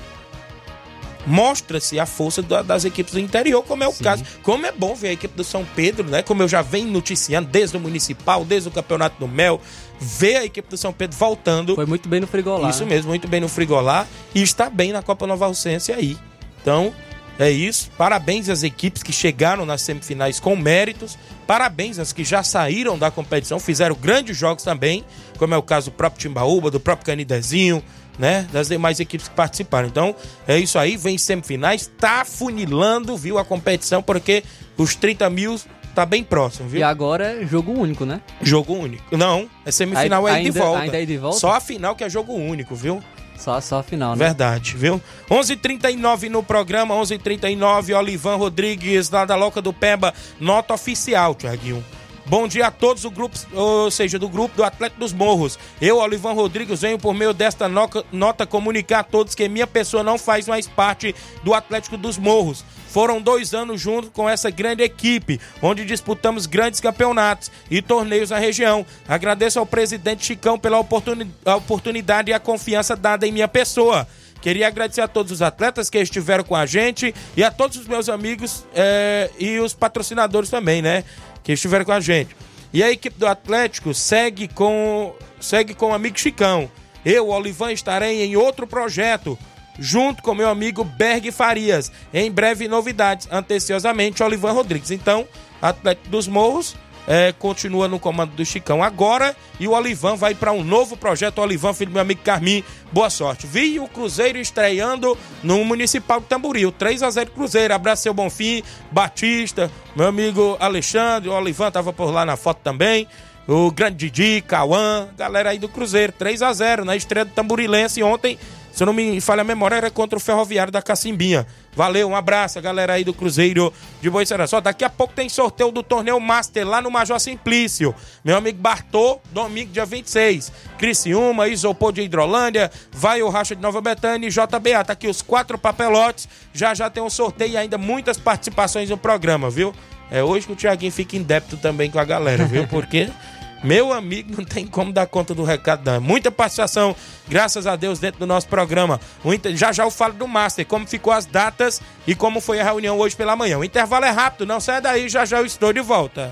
Mostra-se a força da, das equipes do interior, como é o Sim. caso. Como é bom ver a equipe do São Pedro, né? Como eu já venho noticiando desde o Municipal, desde o Campeonato do Mel, ver a equipe do São Pedro voltando. Foi muito bem no Frigolá. Isso né? mesmo, muito bem no Frigolá e está bem na Copa Nova Russense aí. Então, é isso. Parabéns às equipes que chegaram nas semifinais com méritos. Parabéns às que já saíram da competição, fizeram grandes jogos também, como é o caso do próprio Timbaúba, do próprio Canidezinho, né, das demais equipes que participaram. Então, é isso aí, vem semifinais, tá funilando, viu, a competição, porque os trinta mil tá bem próximo, viu? E agora é jogo único, né? Jogo único. Não, é semifinal aí, ainda, de volta. Ainda é de volta? Só a final que é jogo único, viu? Só, só a final, né? Verdade, viu? onze e trinta e nove no programa, onze e trinta e nove, Olivan Rodrigues, lá da Loca do Pemba, nota oficial, Thiaguinho. Bom dia a todos do grupo, ou seja, do grupo do Atlético dos Morros. Eu, Olivan Rodrigues, venho por meio desta nota comunicar a todos que minha pessoa não faz mais parte do Atlético dos Morros. Foram dois anos junto com essa grande equipe, onde disputamos grandes campeonatos e torneios na região. Agradeço ao presidente Chicão pela oportuni- a oportunidade e a confiança dada em minha pessoa. Queria agradecer a todos os atletas que estiveram com a gente e a todos os meus amigos é, e os patrocinadores também, né? Que estiveram com a gente. E a equipe do Atlético segue com, segue com o amigo Chicão. Eu, Olivan, estarei em outro projeto, junto com meu amigo Berg Farias. Em breve novidades, anteciosamente, Olivan Rodrigues. Então, Atlético dos Morros é, continua no comando do Chicão agora e o Olivan vai para um novo projeto. O Olivan, filho do meu amigo Carmim, boa sorte. Vi o Cruzeiro estreando no Municipal de Tamboril, três a zero Cruzeiro. Abraço seu Bonfim, Batista, meu amigo Alexandre, o Olivan tava por lá na foto também. O grande Didi, Cauã, galera aí do Cruzeiro, três a zero na estreia do Tamborilense ontem. Se eu não me falha a memória, era contra o Ferroviário da Cacimbinha. Valeu, um abraço, a galera aí do Cruzeiro de Boicerança. Só daqui a pouco tem sorteio do torneio Master lá no Major Simplício. Meu amigo Bartô, domingo, dia vinte e seis. Criciúma, Isopor de Hidrolândia, Vai o Racha de Nova Betânia e J B A. Tá aqui os quatro papelotes. Já já tem um sorteio e ainda muitas participações no programa, viu? É hoje que o Thiaguinho fica em débito também com a galera, viu? Porque... meu amigo, não tem como dar conta do recado, não. Muita participação, graças a Deus, dentro do nosso programa. Já já eu falo do Master, como ficou as datas e como foi a reunião hoje pela manhã. O intervalo é rápido, não sai daí, já já eu estou de volta.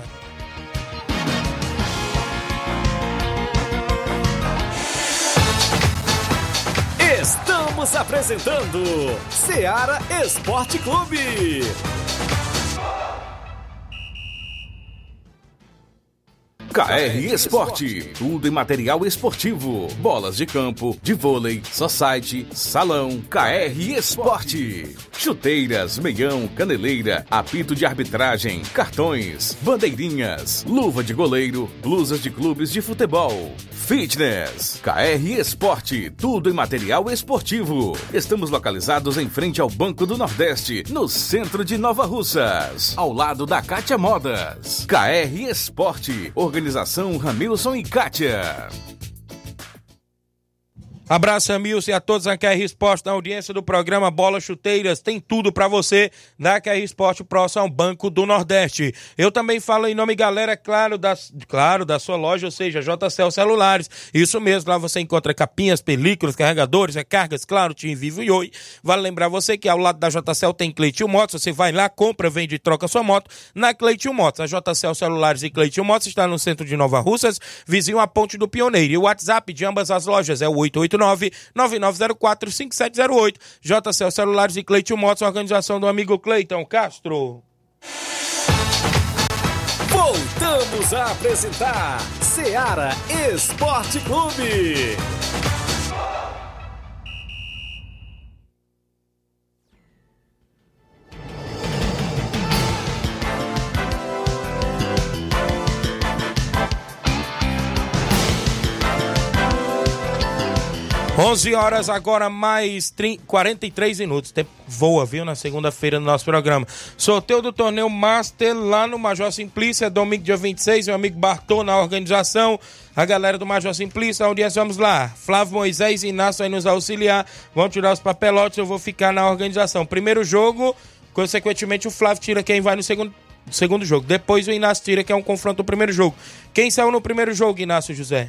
Estamos apresentando Seara Esporte Clube. K R Esporte, tudo em material esportivo, bolas de campo, de vôlei, society, salão, K R Esporte, chuteiras, meião, caneleira, apito de arbitragem, cartões, bandeirinhas, luva de goleiro, blusas de clubes de futebol, fitness, K R Esporte, tudo em material esportivo. Estamos localizados em frente ao Banco do Nordeste, no centro de Nova Russas, ao lado da Kátia Modas. K R Esporte, organização Organização Ramilson e Kátia. Abraço, Amilson, e a todos da K R Esporte, na audiência do programa Bola Chuteiras. Tem tudo pra você na K R Esporte, próximo ao Banco do Nordeste. Eu também falo em nome, galera, claro da, claro, da sua loja, ou seja, J C L Celulares. Isso mesmo, lá você encontra capinhas, películas, carregadores, recargas, claro, Tim Vivo e Oi. Vale lembrar você que ao lado da J C L tem Cleitinho Motos. Você vai lá, compra, vende e troca sua moto na Cleitinho Motos. A J C L Celulares e Cleitinho Motos está no centro de Nova Russas, vizinho à Ponte do Pioneiro. E o WhatsApp de ambas as lojas é o oito oito oito nove, nove nove zero quatro, cinco sete zero oito. J C L Celulares e Cleiton Motos, organização do amigo Cleiton Castro. Voltamos a apresentar Seara Esporte Clube. onze horas agora, mais quarenta e três minutos. Tempo voa, viu? Na segunda-feira no nosso programa. Sorteio do torneio Master lá no Major Simplício. É domingo, dia vinte e seis. Meu amigo Bartô na organização. A galera do Major Simplício, a audiência, vamos lá. Flávio Moisés e Inácio vai nos auxiliar. Vão tirar os papelotes. Eu vou ficar na organização. Primeiro jogo, consequentemente, o Flávio tira quem vai no segundo, segundo jogo. Depois o Inácio tira, que é um confronto do primeiro jogo. Quem saiu no primeiro jogo, Inácio José?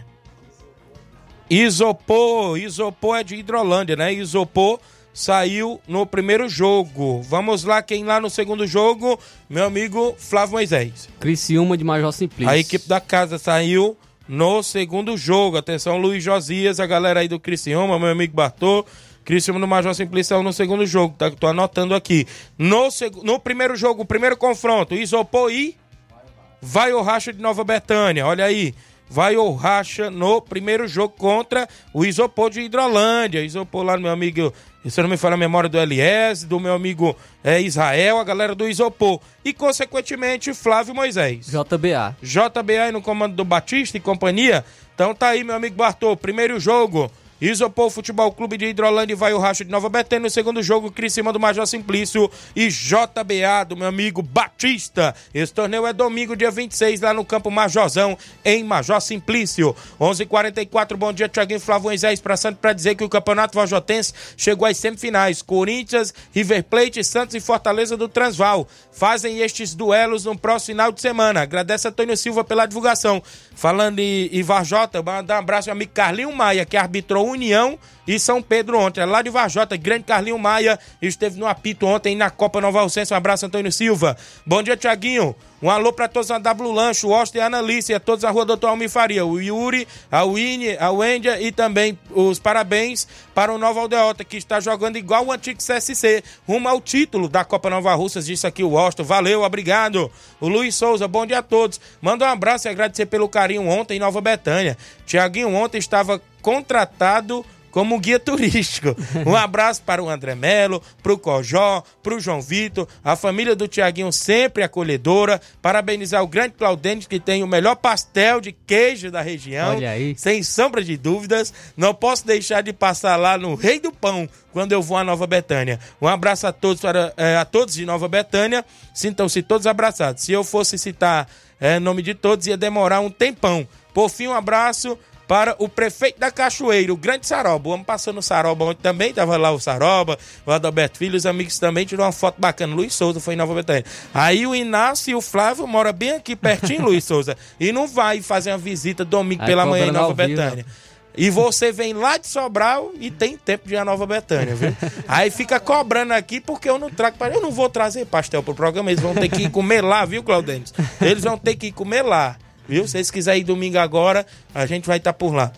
Isopor, Isopor é de Hidrolândia, né? Isopor saiu no primeiro jogo. Vamos lá, quem lá no segundo jogo? Meu amigo Flávio Moisés. Criciúma de Major Simplício. A equipe da casa saiu no segundo jogo. Atenção, Luiz Josias, a galera aí do Criciúma, meu amigo Bartô. Criciúma do Major Simplício saiu no segundo jogo, tá? Tô anotando aqui. No, seg... no primeiro jogo, o primeiro confronto, Isopor e Vai o Racha de Nova Betânia, olha aí. Vai o Racha no primeiro jogo contra o Isopor de Hidrolândia. Isopor lá do meu amigo, se eu não me falo a memória, do Eliés, do meu amigo é, Israel, a galera do Isopor. E, consequentemente, Flávio Moisés. J B A. J B A no comando do Batista e companhia. Então tá aí, meu amigo Bartô. Primeiro jogo, Isopor Futebol Clube de Hidrolândia e Vai o Racha de Nova Betânia. No segundo jogo, Criciúma do Major Simplício e J B A do meu amigo Batista. Esse torneio é domingo, dia vinte e seis, lá no Campo Majorzão, em Major Simplício. onze e quarenta e quatro, bom dia, Thiaguinho Flávio Moisés, passando para dizer que o Campeonato Vajotense chegou às semifinais. Corinthians, River Plate, Santos e Fortaleza do Transvaal fazem estes duelos no próximo final de semana. Agradece a Antônio Silva pela divulgação. Falando em, em Varjota, mandar um abraço ao amigo Carlinho Maia, que arbitrou União e São Pedro ontem. É lá de Varjota, grande Carlinho Maia, esteve no apito ontem na Copa Nova Alcense. Um abraço, Antônio Silva. Bom dia, Thiaguinho. Um alô para todos na W Lancho, o Austin e a Analice, a todos na rua Doutor Almir Faria, o Yuri, a Winnie, a Wendia e também os parabéns para o Nova Aldeota, que está jogando igual o antigo C S C, rumo ao título da Copa Nova Russas. Disse aqui o Austin, valeu, obrigado. O Luiz Souza, bom dia a todos. Manda um abraço e agradecer pelo carinho ontem em Nova Betânia. Thiaguinho ontem estava contratado como guia turístico. Um abraço para o André Melo, para o Cojó, para o João Vitor, a família do Thiaguinho sempre acolhedora. Parabenizar o grande Claudêncio, que tem o melhor pastel de queijo da região. Olha aí. Sem sombra de dúvidas. Não posso deixar de passar lá no Rei do Pão quando eu vou a Nova Betânia. Um abraço a todos, para, é, a todos de Nova Betânia. Sintam-se todos abraçados. Se eu fosse citar é, nome de todos, ia demorar um tempão. Por fim, um abraço para o prefeito da Cachoeira, o grande Saroba. O homem passou no Saroba ontem também, tava lá o Saroba, o Adalberto Filho, os amigos também, tirou uma foto bacana. Luiz Souza foi em Nova Betânia. Aí o Inácio e o Flávio moram bem aqui pertinho, Luiz Souza, e não vai fazer uma visita domingo Aí, pela manhã em Nova vivo, Betânia. E você vem lá de Sobral e tem tempo de ir a Nova Betânia, viu? Aí fica cobrando aqui porque eu não trago para... Eu não vou trazer pastel pro programa, eles vão ter que ir comer lá, viu, Claudêncio? Eles vão ter que ir comer lá. Viu? Se vocês quiserem ir domingo agora, a gente vai estar por lá.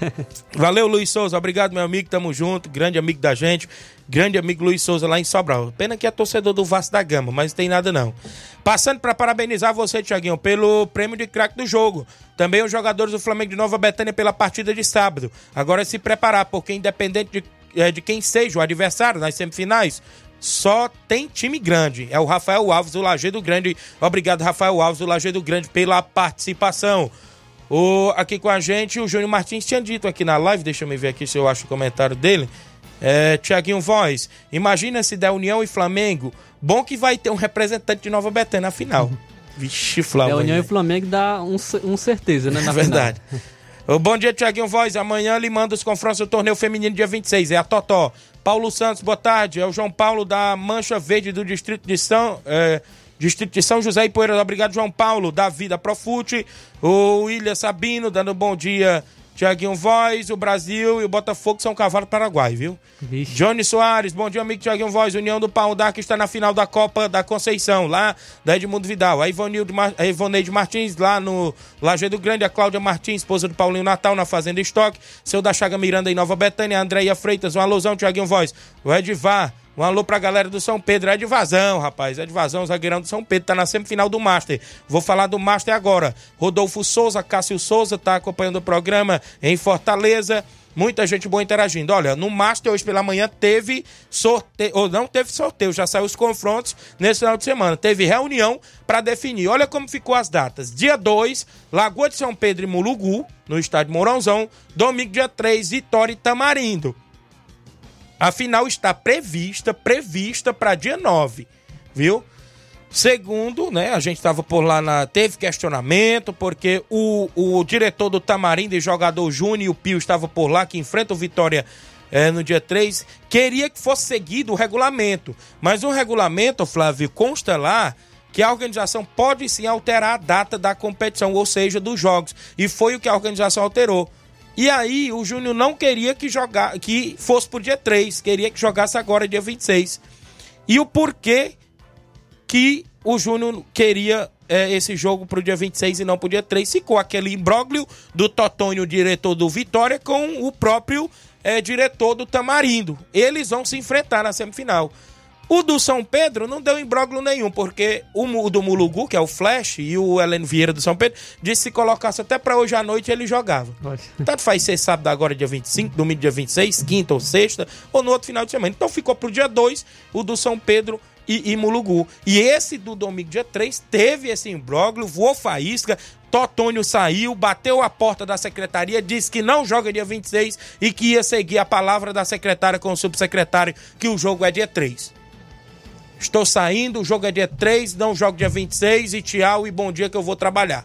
Valeu, Luiz Souza. Obrigado, meu amigo. Tamo junto. Grande amigo da gente. Grande amigo Luiz Souza lá em Sobral. Pena que é torcedor do Vasco da Gama, mas não tem nada não. Passando para parabenizar você, Thiaguinho, pelo prêmio de craque do jogo. Também os jogadores do Flamengo de Nova Betânia pela partida de sábado. Agora é se preparar, porque independente de, de quem seja o adversário nas semifinais, só tem time grande. É o Rafael Alves, do Lajeado Grande. Obrigado, Rafael Alves, do Lajeado Grande, pela participação. O, aqui com a gente, o Júnior Martins tinha dito aqui na live, deixa eu ver aqui se eu acho o comentário dele. É, Thiaguinho Voz, imagina se der União e Flamengo, bom que vai ter um representante de Nova Betânia na final. Vixe, Flamengo. É, União e Flamengo dá um, um certeza, né? Na é verdade. O bom dia, Thiaguinho Voz. Amanhã ele manda os confrontos do torneio feminino dia vinte e seis. É a Totó. Paulo Santos, boa tarde. É o João Paulo da Mancha Verde do Distrito de São... É, Distrito de São José e Poeiras. Obrigado, João Paulo. Davi da Profute. O William Sabino dando bom dia Tiaguinho Voz, o Brasil e o Botafogo são cavalo paraguai, viu? Vixe. Johnny Soares, bom dia, amigo Tiaguinho Voz. União do Pau d'Arco está na final da Copa da Conceição, lá da Edmundo Vidal. A, Mar... a Ivoneide Martins, lá no Lajeado Grande. A Cláudia Martins, esposa do Paulinho Natal, na Fazenda Estoque. Seu da Chaga Miranda em Nova Betânia. A Andréia Freitas, um alôzão, Tiaguinho Voz. O Edvar, um alô pra galera do São Pedro. É de Vazão, rapaz. É de Vazão, zagueirão do São Pedro. Tá na semifinal do Master. Vou falar do Master agora. Rodolfo Souza, Cássio Souza, tá acompanhando o programa em Fortaleza. Muita gente boa interagindo. Olha, no Master hoje pela manhã teve sorteio, ou não teve sorteio, já saiu os confrontos nesse final de semana. Teve reunião para definir. Olha como ficou as datas. Dia dois, Lagoa de São Pedro e Mulugu, no estádio Mourãozão. Domingo, dia três, Vitória e Tamarindo. A final está prevista, prevista para dia nove, viu? Segundo, né, a gente estava por lá, na, teve questionamento, porque o, o diretor do Tamarindo e jogador Júnior, o Pio, estava por lá, que enfrenta o Vitória é, no dia três, queria que fosse seguido o regulamento. Mas o regulamento, Flávio, consta lá que a organização pode sim alterar a data da competição, ou seja, dos jogos. E foi o que a organização alterou. E aí o Júnior não queria que, jogar, que fosse pro dia três, queria que jogasse agora, dia vinte e seis. E o porquê que o Júnior queria é, esse jogo pro dia vinte e seis e não pro dia três? Ficou aquele imbróglio do Totônio, diretor do Vitória, com o próprio é, diretor do Tamarindo. Eles vão se enfrentar na semifinal. O do São Pedro não deu imbróglio nenhum, porque o do Mulugu, que é o Flash, e o Heleno Vieira do São Pedro, disse que se colocasse até pra hoje à noite ele jogava. Nossa. Tanto faz ser sábado agora, dia vinte e cinco, domingo dia vinte e seis, quinta ou sexta, ou no outro final de semana. Então ficou pro dia dois, o do São Pedro e, e Mulugu. E esse do domingo dia três teve esse imbróglio, voou faísca, Totônio saiu, bateu a porta da secretaria, disse que não joga dia vinte e seis e que ia seguir a palavra da secretária com o subsecretário, que o jogo é dia três. Estou saindo, o jogo é dia três, não jogo dia vinte e seis, e tchau, e bom dia que eu vou trabalhar.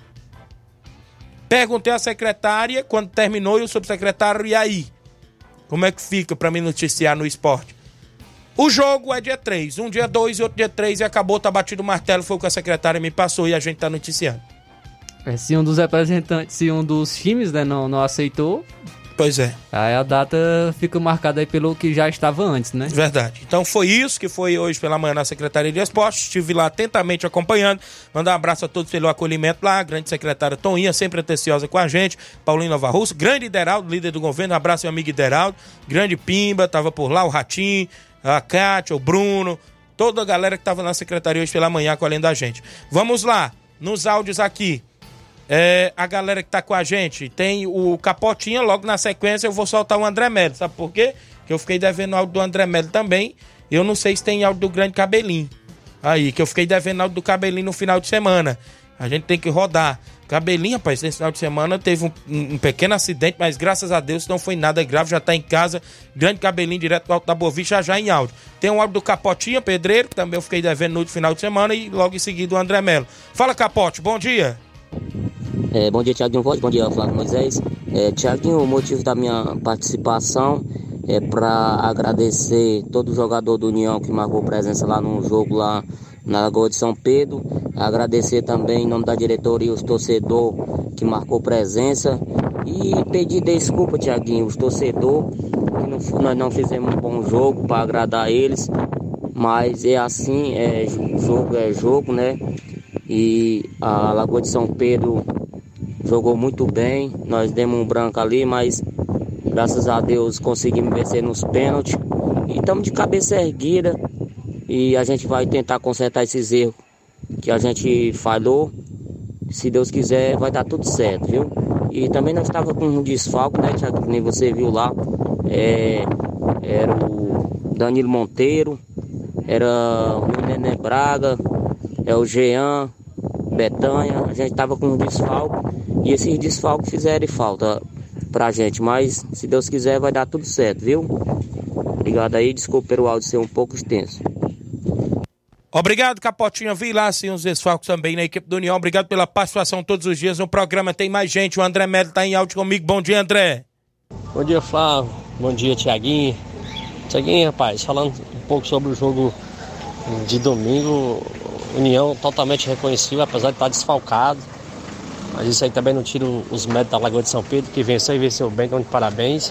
Perguntei à secretária, quando terminou, e o subsecretário, e aí? Como é que fica para me noticiar no esporte? O jogo é dia três, um dia dois e outro dia três, e acabou, tá batido o martelo, foi o que a secretária me passou, e a gente tá noticiando. É, se um dos representantes, se um dos times, né, não, não aceitou... Pois é. Aí a data fica marcada aí pelo que já estava antes, né? Verdade. Então foi isso que foi hoje pela manhã na Secretaria de Esportes. Estive lá atentamente acompanhando. Mandar um abraço a todos pelo acolhimento lá. A grande secretária Toninha, sempre atenciosa com a gente. Paulinho Nova Russa. Grande Ideraldo, líder do governo. Um abraço, meu amigo Ideraldo. Grande Pimba, tava por lá. O Ratinho, a Cátia, o Bruno. Toda a galera que tava na Secretaria hoje pela manhã acolhendo a gente. Vamos lá, nos áudios aqui. É, a galera que tá com a gente, tem o Capotinha, logo na sequência eu vou soltar o André Melo, sabe por quê? Que eu fiquei devendo áudio do André Melo também, eu não sei se tem áudio do Grande Cabelinho, aí, que eu fiquei devendo áudio do Cabelinho no final de semana, a gente tem que rodar. Cabelinho, rapaz, nesse final de semana teve um, um, um pequeno acidente, mas graças a Deus não foi nada grave, já tá em casa. Grande Cabelinho, direto do Alto da Boa Vista, já já em áudio. Tem um áudio do Capotinha, Pedreiro, que também eu fiquei devendo no final de semana, e logo em seguida o André Melo. Fala, Capote, bom dia. É, bom dia, Tiaguinho Voz, bom dia, Flávio Moisés. É, Tiaguinho, o motivo da minha participação é para agradecer todo jogador do União que marcou presença lá no jogo lá na Lagoa de São Pedro. Agradecer também em nome da diretoria os torcedores que marcou presença. E pedir desculpa, Tiaguinho, os torcedores, que não, nós não fizemos um bom jogo para agradar eles. Mas é assim, é, jogo é jogo, né? E a Lagoa de São Pedro jogou muito bem, nós demos um branco ali, mas graças a Deus conseguimos vencer nos pênaltis e estamos de cabeça erguida e a gente vai tentar consertar esses erros que a gente falhou. Se Deus quiser vai dar tudo certo, viu? E também nós estávamos com um desfalque, né, Thiago, que nem você viu lá, é, era o Danilo Monteiro, era o Nenê Braga, é o Jean, Betanha, a gente tava com um desfalque e esses desfalques fizeram falta pra gente, mas se Deus quiser vai dar tudo certo, viu? Obrigado aí, desculpa pelo áudio ser um pouco extenso. Obrigado, Capotinha, vi lá sim os desfalques também na equipe do União, obrigado pela participação todos os dias no programa, tem mais gente, o André Melo tá em áudio comigo, bom dia, André. Bom dia, Flávio, bom dia, Tiaguinho. Tiaguinho, rapaz, falando um pouco sobre o jogo de domingo, União totalmente reconhecível, apesar de estar desfalcado. Mas isso aí também não tira os méritos da Lagoa de São Pedro, que venceu e venceu bem, então de parabéns.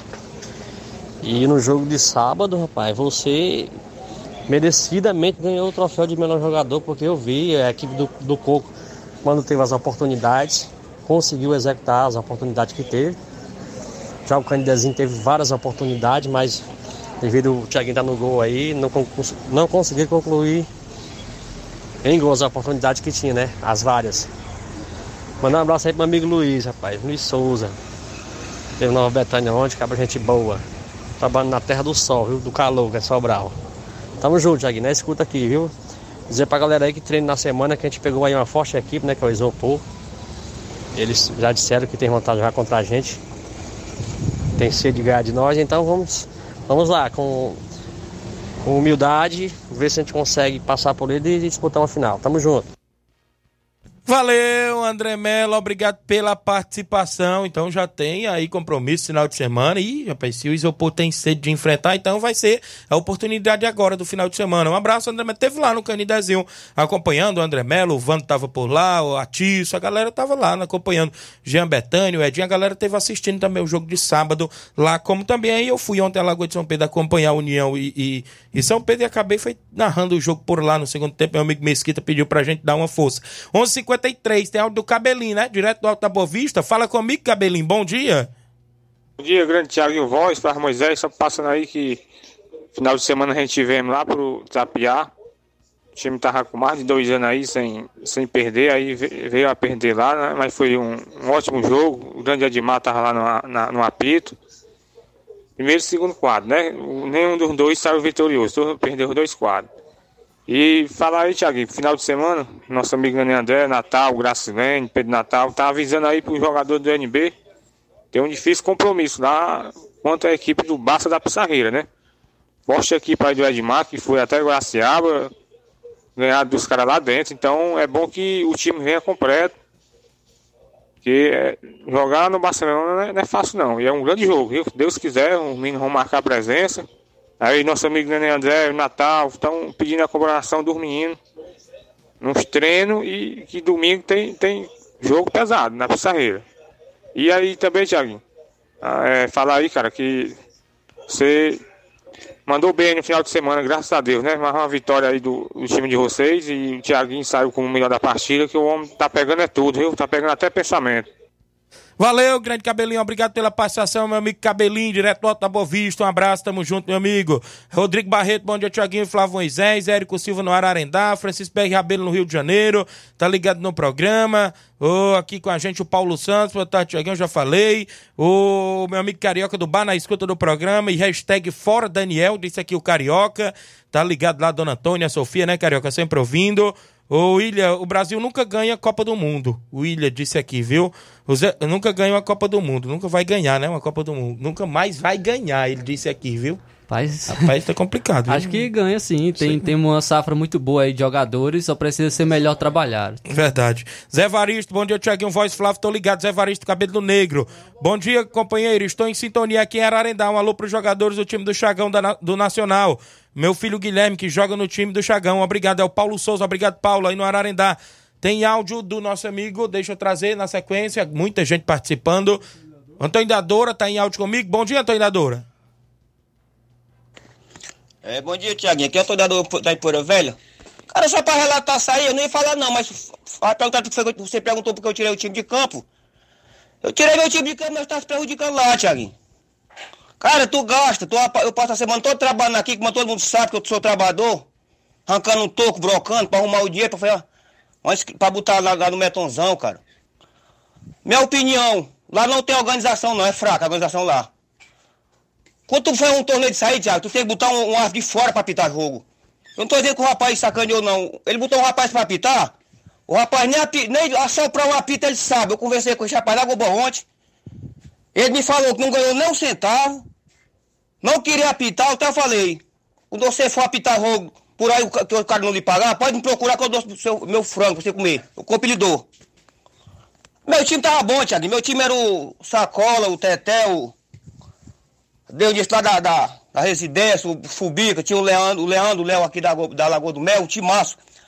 E no jogo de sábado, rapaz, você merecidamente ganhou o troféu de melhor jogador, porque eu vi a equipe do, do Coco, quando teve as oportunidades, conseguiu executar as oportunidades que teve. Já o Candidazinho teve várias oportunidades, mas devido ao Thiaguinho estar no gol aí, não, não conseguiu concluir em gol as oportunidades que tinha, né? As várias. Mandar um abraço aí pro meu amigo Luiz, rapaz, Luiz Souza. Teve Nova Betânia ontem, cabra gente boa. Trabalhando na terra do sol, viu? Do calor, que é Sobral. Tamo junto, Thiaguinho, né? Escuta aqui, viu? Dizer pra galera aí que treina na semana que a gente pegou aí uma forte equipe, né? Que é o Isopor. Eles já disseram que tem vontade de jogar contra a gente. Tem sede de ganhar de nós, então vamos, vamos lá, com, com humildade, ver se a gente consegue passar por ele e disputar uma final. Tamo junto. Valeu, André Mello, obrigado pela participação. Então já tem aí compromisso final de semana e, rapaz, se o Isopor tem sede de enfrentar, então vai ser a oportunidade agora do final de semana. Um abraço, André Mello. Teve lá no Canidezinho acompanhando o André Mello, o Vando tava por lá, o Atiço, a galera tava lá acompanhando. Jean Betânia, o Edinho, a galera teve assistindo também o jogo de sábado lá, como também aí eu fui ontem à Lagoa de São Pedro acompanhar a União e, e, e São Pedro e acabei foi narrando o jogo por lá no segundo tempo. Meu amigo Mesquita pediu pra gente dar uma força. onze e cinquenta e três, tem áudio do Cabelinho, né? Direto do Alto da Boa Vista. Fala comigo, Cabelinho, bom dia. Bom dia, grande Thiaguinho Voz, para Moisés, só passando aí que final de semana a gente tivemos lá pro Tapiá. O time tava com mais de dois anos aí sem, sem perder, aí veio a perder lá, né? Mas foi um, um ótimo jogo. O grande Admar tava lá no, na, no apito. Primeiro e segundo quadro, né? Nenhum dos dois saiu vitorioso, perdeu os dois quadros. E falar aí, Thiaguinho, final de semana, nosso amigo André, Natal, Gracilene, Pedro Natal, tá avisando aí pro jogador do N B, tem um difícil compromisso lá contra a equipe do Barça da Pissarreira, né? Posta a equipe aí do Edmar, que foi até Guaraciaba, ganhado dos caras lá dentro, então é bom que o time venha completo, porque é, jogar no Barcelona não é, não é fácil não, e é um grande jogo, viu? Se Deus quiser, os meninos vão marcar presença. Aí nosso amigo Nenê André, o Natal, estão pedindo a colaboração dos meninos nos treinos e que domingo tem, tem jogo pesado na Pissarreira. E aí também, Thiaguinho, é, falar aí, cara, que você mandou bem no final de semana, graças a Deus, né? Mais uma vitória aí do, do time de vocês e o Thiaguinho saiu como o melhor da partida, que o homem tá pegando é tudo, viu? Tá pegando até pensamento. Valeu, grande Cabelinho, obrigado pela participação, meu amigo Cabelinho, direto do Alto da Boa Vista, um abraço, tamo junto, meu amigo. Rodrigo Barreto, bom dia, Thiaguinho, Flávio Moisés, Érico Silva no Ararendá, Francisco P R Rabelo no Rio de Janeiro, tá ligado no programa, oh, aqui com a gente o Paulo Santos, boa tarde, Thiaguinho, já falei, o meu amigo Carioca do Bar na escuta do programa e hashtag Fora Daniel, disse aqui o Carioca, tá ligado lá, Dona Antônia, a Sofia, né, Carioca, sempre ouvindo. Ô, William, o Brasil nunca ganha a Copa do Mundo. O William disse aqui, viu? O Zé, nunca ganhou a Copa do Mundo. Nunca vai ganhar, né? Uma Copa do Mundo. Nunca mais vai ganhar, ele disse aqui, viu? Rapaz, Rapaz tá complicado. Acho que ganha sim. Tem, tem uma safra muito boa aí de jogadores, só precisa ser melhor trabalhado. Verdade. Zé Varisto, bom dia, Thiaguinho, Voz Flávio, tô ligado. Zé Varisto, Cabelo Negro. Bom dia, companheiro. Estou em sintonia aqui em Ararendá. Um alô pros jogadores do time do Chagão da, do Nacional. Meu filho Guilherme, que joga no time do Chagão. Obrigado. É o Paulo Souza. Obrigado, Paulo, aí no Ararendá. Tem áudio do nosso amigo, deixa eu trazer na sequência. Muita gente participando. Antônio da Doura tá em áudio comigo. Bom dia, Antônio da Doura. É, bom dia, Thiaguinho. Aqui é o Antônio da Doura da Ipoeira Velha. Cara, só pra relatar isso aí, eu nem ia falar não, mas vai perguntar porque você perguntou porque eu tirei o time de campo. Eu tirei meu time de campo, mas tá se prejudicando lá, Thiaguinho. Cara, tu gasta, tu, eu passo a semana toda trabalhando aqui, como todo mundo sabe que eu sou trabalhador, arrancando um toco, brocando, pra arrumar o dinheiro, pra, fazer, mas, pra botar lá, lá no metonzão, cara. Minha opinião, lá não tem organização não, é fraca a organização lá. Quando tu faz um torneio de sair, Thiago, tu tem que botar um, um árbitro de fora pra apitar jogo. Eu não tô dizendo que o rapaz sacaneou não, ele botou um rapaz pra apitar, o rapaz nem, api, nem assoprar um apito ele sabe. Eu conversei com esse rapaz lá, Gobo, ontem, ele me falou que não ganhou nem um centavo, não queria apitar, eu até falei, quando você for apitar jogo, por aí que o cara não lhe pagar, pode me procurar que eu dou seu, meu frango pra você comer, eu compro e lhe dou. Meu time tava bom, Thiago, meu time era o Sacola, o Teté, o... Deu disso lá da, da, da residência, o Fubica, tinha o Leandro, o Leandro, o Léo aqui da, da Lagoa do Mel, o Timaço.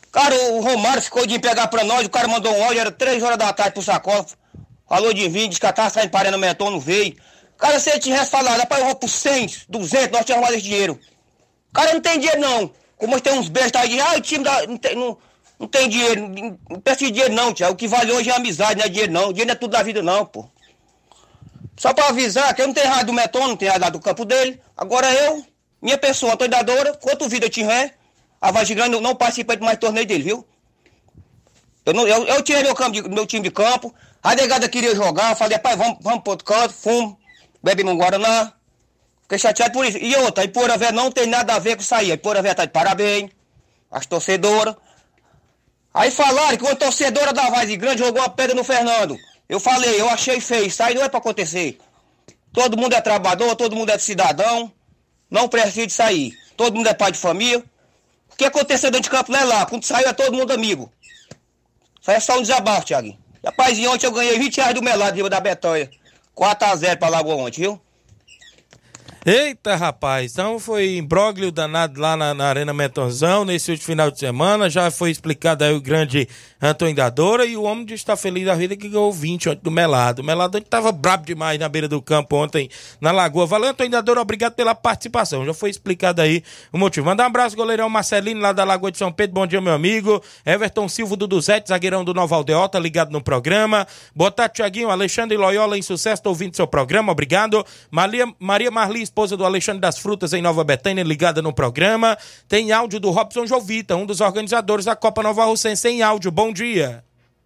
Cara, o Romário ficou de pegar pra nós, o cara mandou um áudio, era três horas da tarde pro Sacola. Falou de vir, disse que tava saindo parando no Meton, não veio. Cara, se ele tivesse falado, rapaz, eu vou por cem, duzentos, nós tínhamos arrumado esse dinheiro. Cara, não tem dinheiro não. Como tem uns bestas aí de, ah, o time da, não, tem, não, não tem dinheiro, não precisa de dinheiro não, tia. O que vale hoje é amizade, não é dinheiro não. Dinheiro não é tudo da vida não, pô. Só pra avisar que eu não tenho errado do Meton, não tenho errado do campo dele. Agora eu, minha pessoa, treinadora, quanto vida eu tiver, a Vargem Grande não, não participa de mais torneio dele, viu? Eu, não, eu, eu tirei meu, campo de, meu time de campo, a negada queria jogar, eu falei, pai, vamos, vamos pro outro canto, fumo, bebe um Guaraná. Fiquei chateado por isso. E outra, a Ipoeira Velha não tem nada a ver com isso aí. A Ipoeira Velha tá de parabéns, as torcedoras. Aí falaram que uma torcedora da Vargem Grande jogou uma pedra no Fernando. Eu falei, eu achei feio, isso aí não é pra acontecer. Todo mundo é trabalhador, todo mundo é cidadão, não precisa de sair. Todo mundo é pai de família. O que aconteceu dentro de campo não é lá, quando saiu é todo mundo amigo. Isso aí é só um desabafo, Thiaguinho. Rapaz, e ontem eu ganhei vinte reais do melado de da Betonha. quatro a zero pra Lagoa ontem, viu? Eita, rapaz, então foi imbróglio danado lá na, na Arena Metonzão nesse último final de semana, já foi explicado aí o grande Antônio Dadora e o homem de estar feliz da vida que ganhou vinte ontem do Melado. O Melado estava brabo demais na beira do campo ontem na Lagoa. Valeu, Antônio Dadora, obrigado pela participação, já foi explicado aí o motivo. Manda um abraço, goleirão Marcelino lá da Lagoa de São Pedro, bom dia meu amigo. Everton Silva do Duzete, zagueirão do Nova Aldeota, ligado no programa. Boa tarde, Thiaguinho, Alexandre Loyola em sucesso, tô ouvindo seu programa, obrigado. Maria, Maria Marli, esposa do Alexandre das Frutas em Nova Betânia, ligada no programa. Tem áudio do Robson Jovita, um dos organizadores da Copa Nova Russense em áudio. Bom dia.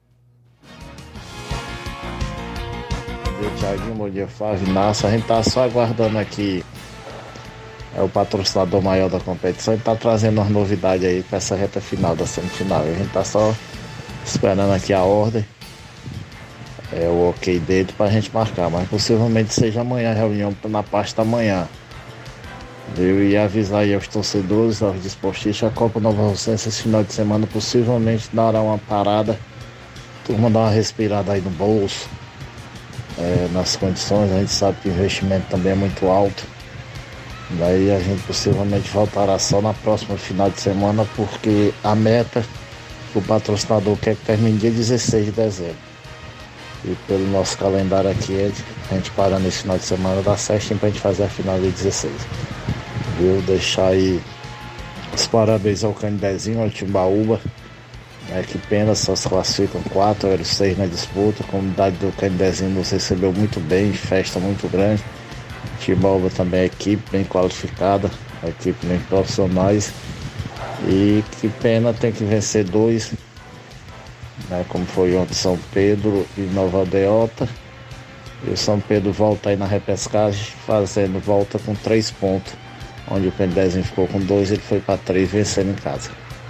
Bom dia, Thiaguinho. Bom dia, Flávio Inácio. A gente tá só aguardando aqui. É o patrocinador maior da competição e tá trazendo umas novidades aí para essa reta final da semifinal. A gente tá só esperando aqui a ordem. É o ok dele pra gente marcar, mas possivelmente seja amanhã a reunião na parte da manhã. Eu ia avisar aí aos torcedores, aos desportistas, a Copa Nova Russense esse final de semana possivelmente dará uma parada, turma dá uma respirada aí no bolso, é, nas condições, a gente sabe que o investimento também é muito alto. Daí a gente possivelmente voltará só na próxima final de semana, porque a meta o patrocinador quer que termine dia dezesseis de dezembro. E pelo nosso calendário aqui, a gente para nesse final de semana, dá certinho pra gente fazer a final de dezesseis. Viu? Deixar aí os parabéns ao Candezinho, ao Timbaúba, né, que pena, só se classificam quatro, eram seis na disputa. A comunidade do Candezinho nos recebeu muito bem, festa muito grande. Timbaúba também é equipe bem qualificada, a equipe bem profissionais. E que pena, tem que vencer dois, né, como foi ontem São Pedro e Nova Aldeota. E o São Pedro volta aí na repescagem, fazendo volta com três pontos. Onde o Candezinho ficou com dois, ele foi para três, vencendo em casa.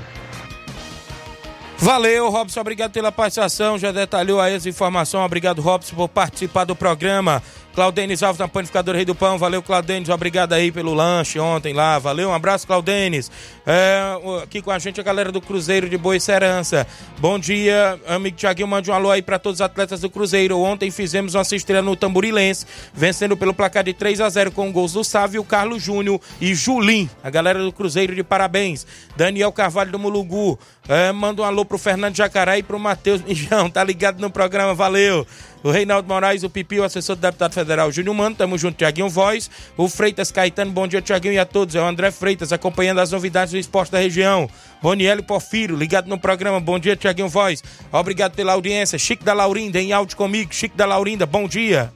Valeu, Robson, obrigado pela participação, já detalhou aí as informações, obrigado, Robson, por participar do programa. Claudenis Alves, na Panificadora Rei do Pão, valeu, Claudenis, obrigado aí pelo lanche ontem lá, valeu, um abraço, Claudenis. É, aqui com a gente a galera do Cruzeiro de Boa Serança. Bom dia, amigo Thiaguinho, mande um alô aí para todos os atletas do Cruzeiro. Ontem fizemos nossa estreia no Tamborilense, vencendo pelo placar de três a zero com gols do Sávio, Carlos Júnior e Julim. A galera do Cruzeiro de parabéns. Daniel Carvalho do Mulugu, é, manda um alô pro Fernando Jacaré e pro Matheus Mijão, tá ligado no programa, valeu. O Reinaldo Moraes, o Pipi, o assessor do deputado federal Júnior Mano, tamo junto, Thiaguinho Voz. O Freitas Caetano, bom dia, Thiaguinho, e a todos. É o André Freitas, acompanhando as novidades do esporte da região. Roniel Porfiro, ligado no programa, bom dia, Thiaguinho Voz. Obrigado pela audiência. Chico da Laurinda, em áudio comigo. Chico da Laurinda, bom dia.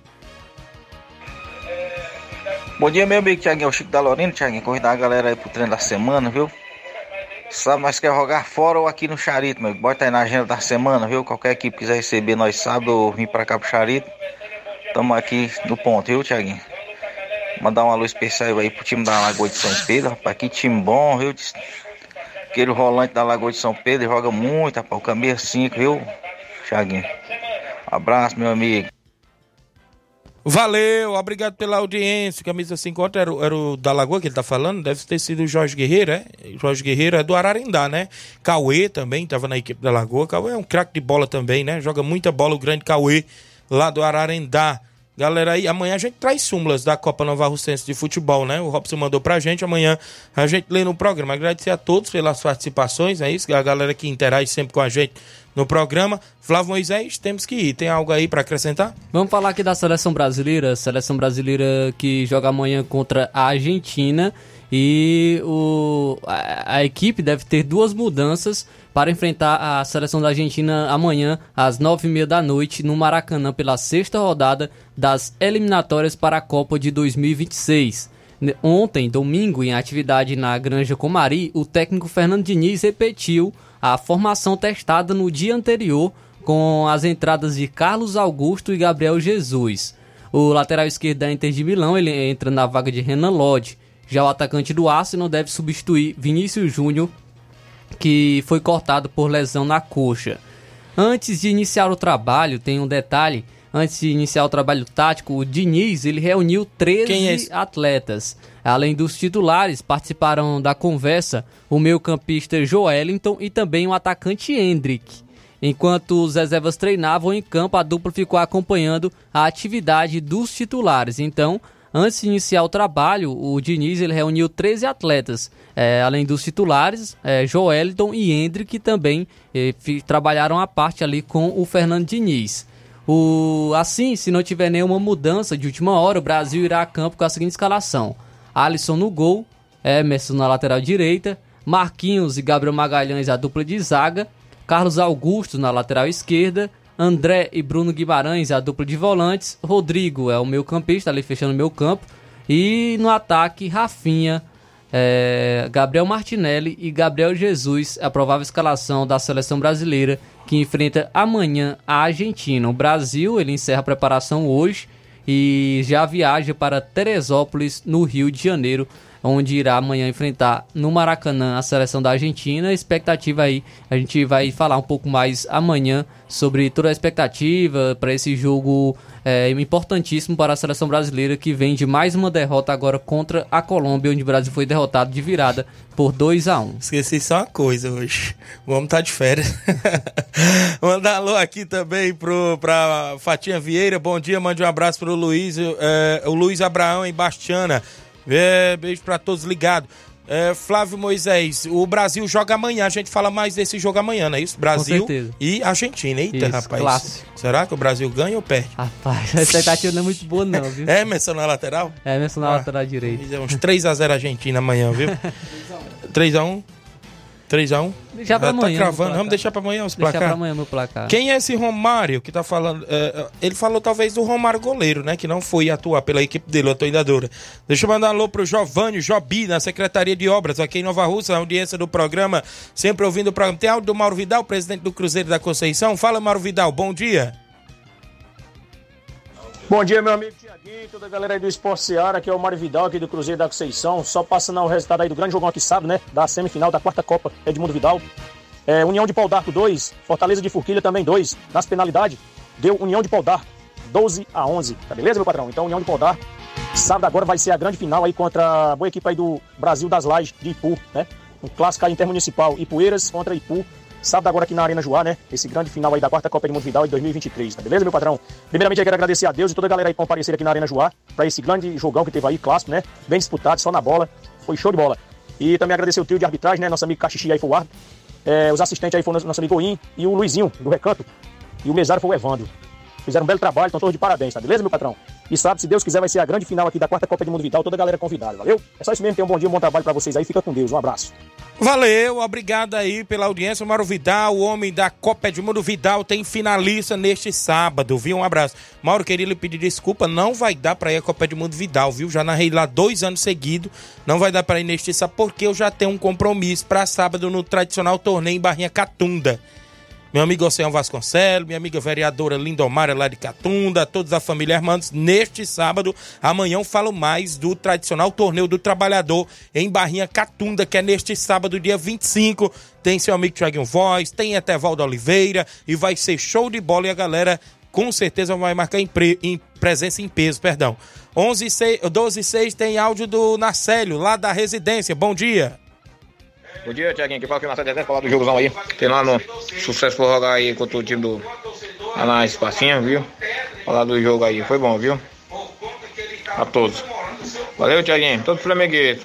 Bom dia, meu amigo Thiaguinho, o Chico da Laurinda, Thiaguinho, convidar a galera aí pro treino da semana, viu? Sabe, nós quer jogar fora ou aqui no Charito, meu. Bota aí na agenda da semana, viu? Qualquer equipe quiser receber nós sábado ou vir pra cá pro Charito, tamo aqui no ponto, viu, Thiaguinho? Mandar uma luz especial aí pro time da Lagoa de São Pedro, rapaz, que time bom, viu? Aquele rolante da Lagoa de São Pedro joga muito, rapaz, o camisa cinco, viu, Thiaguinho? Abraço, meu amigo. Valeu, obrigado pela audiência. Camisa cinquenta era, era o da Lagoa que ele tá falando, deve ter sido o Jorge Guerreiro, é? Jorge Guerreiro é do Ararindá, né? Cauê também tava na equipe da Lagoa. Cauê é um craque de bola também, né? Joga muita bola o grande Cauê lá do Ararindá. Galera aí, amanhã a gente traz súmulas da Copa Nova Russense de Futebol, né? O Robson mandou pra gente, amanhã a gente lê no programa. Agradecer a todos pelas participações, é isso? A galera que interage sempre com a gente no programa. Flávio Moisés, temos que ir. Tem algo aí pra acrescentar? Vamos falar aqui da Seleção Brasileira. Seleção Brasileira que joga amanhã contra a Argentina. E o, a, a equipe deve ter duas mudanças para enfrentar a Seleção da Argentina amanhã às nove e meia da noite no Maracanã pela sexta rodada das eliminatórias para a Copa de dois mil e vinte e seis. Ontem, domingo, em atividade na Granja Comari, o técnico Fernando Diniz repetiu a formação testada no dia anterior com as entradas de Carlos Augusto e Gabriel Jesus. O lateral esquerdo da Inter de Milão, ele entra na vaga de Renan Lodge. Já o atacante do Arsenal deve substituir Vinícius Júnior, que foi cortado por lesão na coxa. Antes de iniciar o trabalho, tem um detalhe, antes de iniciar o trabalho tático, o Diniz ele reuniu treze é atletas. Além dos titulares, participaram da conversa o meio-campista Joelinton e também o atacante Endrick. Enquanto os reservas treinavam em campo, a dupla ficou acompanhando a atividade dos titulares. Então, antes de iniciar o trabalho, o Diniz ele reuniu treze atletas, é, além dos titulares, é, Joelinton e Endrick, que também é, f- trabalharam à parte ali com o Fernando Diniz. O, assim, se não tiver nenhuma mudança de última hora, o Brasil irá a campo com a seguinte escalação: Alisson no gol, Emerson na lateral direita, Marquinhos e Gabriel Magalhães a dupla de zaga, Carlos Augusto na lateral esquerda, André e Bruno Guimarães, a dupla de volantes. Rodrigo é o meio campista, ali fechando o meio campo. E no ataque, Rafinha, é, Gabriel Martinelli e Gabriel Jesus. A provável escalação da seleção brasileira que enfrenta amanhã a Argentina. O Brasil ele encerra a preparação hoje e já viaja para Teresópolis, no Rio de Janeiro, onde irá amanhã enfrentar no Maracanã a seleção da Argentina. A expectativa aí, a gente vai falar um pouco mais amanhã sobre toda a expectativa para esse jogo é, importantíssimo para a seleção brasileira, que vem de mais uma derrota agora contra a Colômbia, onde o Brasil foi derrotado de virada por dois a um. Esqueci só uma coisa hoje, o homem tá de férias. Mandar alô aqui também pro, pra Fatinha Vieira, bom dia, mande um abraço pro Luiz, é, o Luiz Abraão em Bastiana. É, beijo pra todos ligados. É, Flávio Moisés, o Brasil joga amanhã, a gente fala mais desse jogo amanhã, não é isso? Brasil e Argentina. Eita, isso, rapaz. Clássico. Será que o Brasil ganha ou perde? Rapaz, a expectativa não é muito boa não, viu? É, Emerson na lateral? É, Emerson na ah, lateral direita. Uns três a zero Argentina amanhã, viu? três a um três a um Deixar pra tá amanhã. Cravando. Vamos deixar pra amanhã os placar. Deixar pra amanhã meu placar. Quem é esse Romário que tá falando? É, ele falou talvez do Romário goleiro, né? Que não foi atuar pela equipe dele, a atuidadora. Deixa eu mandar um alô pro Giovanni Jobi, na Secretaria de Obras, aqui em Nova Russa, a audiência do programa, sempre ouvindo o programa. Tem áudio do Mauro Vidal, presidente do Cruzeiro da Conceição. Fala, Mauro Vidal, bom dia. Bom dia, meu amigo Tiaguinho, toda a galera aí do Esporte Seara, aqui é o Mário Vidal, aqui do Cruzeiro da Conceição, só passando o resultado aí do grande jogão aqui sábado, né, da semifinal da quarta Copa Edmundo Vidal. É, União de Pau d'Arco dois, Fortaleza de Forquilha também dois, nas penalidades, deu União de Pau d'Arco doze a onze, tá beleza, meu patrão? Então, União de Pau d'Arco, sábado agora vai ser a grande final aí contra a boa equipe aí do Brasil das Lajes de Ipu, né, um clássico aí intermunicipal, Ipueiras contra Ipu. Sábado agora aqui na Arena Joá, né? Esse grande final aí da quarta Copa Edmundo Vidal em dois mil e vinte e três, tá beleza, meu patrão? Primeiramente eu quero agradecer a Deus e toda a galera aí que comparecer aqui na Arena Joá pra esse grande jogão que teve aí, clássico, né? Bem disputado, só na bola, foi show de bola. E também agradecer o trio de arbitragem, né? Nosso amigo Caxixi aí foi o árbitro. É, os assistentes aí foram nosso amigo Goim e o Luizinho, do Recanto. E o mesário foi o Evandro. Fizeram um belo trabalho, estão todos de parabéns, tá beleza, meu patrão? E sabe, se Deus quiser, vai ser a grande final aqui da quarta Copa Edmundo Vidal, toda a galera convidada, valeu? É só isso mesmo, tenham um bom dia, um bom trabalho pra vocês aí, fica com Deus, um abraço. Valeu, obrigado aí pela audiência, Mauro Vidal, o homem da Copa Edmundo Vidal tem finalista neste sábado, viu? Um abraço. Mauro, queria lhe pedir desculpa, não vai dar pra ir a Copa Edmundo Vidal, viu? Já narrei lá dois anos seguidos, não vai dar pra ir neste sábado, porque eu já tenho um compromisso pra sábado no tradicional torneio em Barrinha Catunda. Meu amigo Oceano Vasconcelos, minha amiga vereadora Lindomara lá de Catunda, todos da família Hermanos, neste sábado, amanhã eu falo mais do tradicional torneio do trabalhador em Barrinha Catunda, que é neste sábado, dia vinte e cinco, tem seu amigo Thiaguinho Voz, tem Etevaldo Oliveira, e vai ser show de bola, e a galera com certeza vai marcar em, pre... em presença em peso, perdão. onze, doze e seis tem áudio do Narcélio, lá da residência, bom dia. Bom dia, Tiaguinho. Aqui fala que o Marcelo falar do jogozão aí. Tem lá no Sucesso for jogar aí contra o time do. Lá na Espacinha, viu? Falar do jogo aí, foi bom, viu? A todos. Valeu, Thiaguinho, todo flamenguista.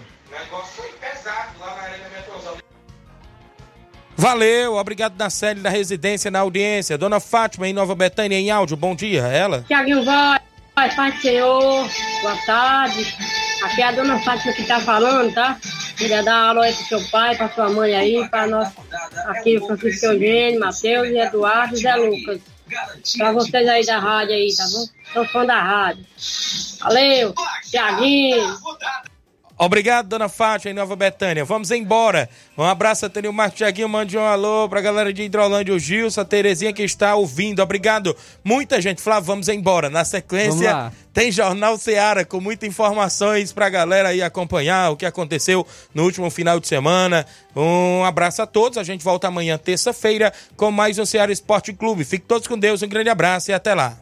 Valeu, obrigado na série da residência, na audiência. Dona Fátima, em Nova Betânia, em áudio, bom dia, ela? Thiaguinho vai, paz do Senhor, boa tarde. Aqui é a Dona Fátima que tá falando, tá? Queria dar aula aí pro seu pai, pra sua mãe aí, pra nós, aqui o Francisco Eugênio, Matheus e Eduardo e Zé Lucas. Pra vocês aí da rádio aí, tá bom? Sou fã da rádio. Valeu, Thiaguinho. Obrigado, Dona Fátima, em Nova Betânia. Vamos embora. Um abraço a Tênio Marcos, Thiaguinho, mande um alô pra galera de Hidrolândia, o Gilson, a Terezinha que está ouvindo. Obrigado. Muita gente. Flávio, vamos embora. Na sequência, tem Jornal Seara com muitas informações pra galera aí acompanhar o que aconteceu no último final de semana. Um abraço a todos. A gente volta amanhã, terça-feira, com mais um Seara Esporte Clube. Fiquem todos com Deus. Um grande abraço e até lá.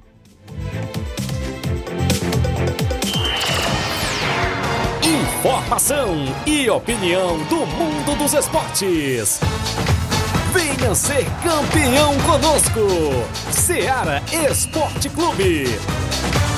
Informação e opinião do mundo dos esportes. Venha ser campeão conosco. Seara Esporte Clube.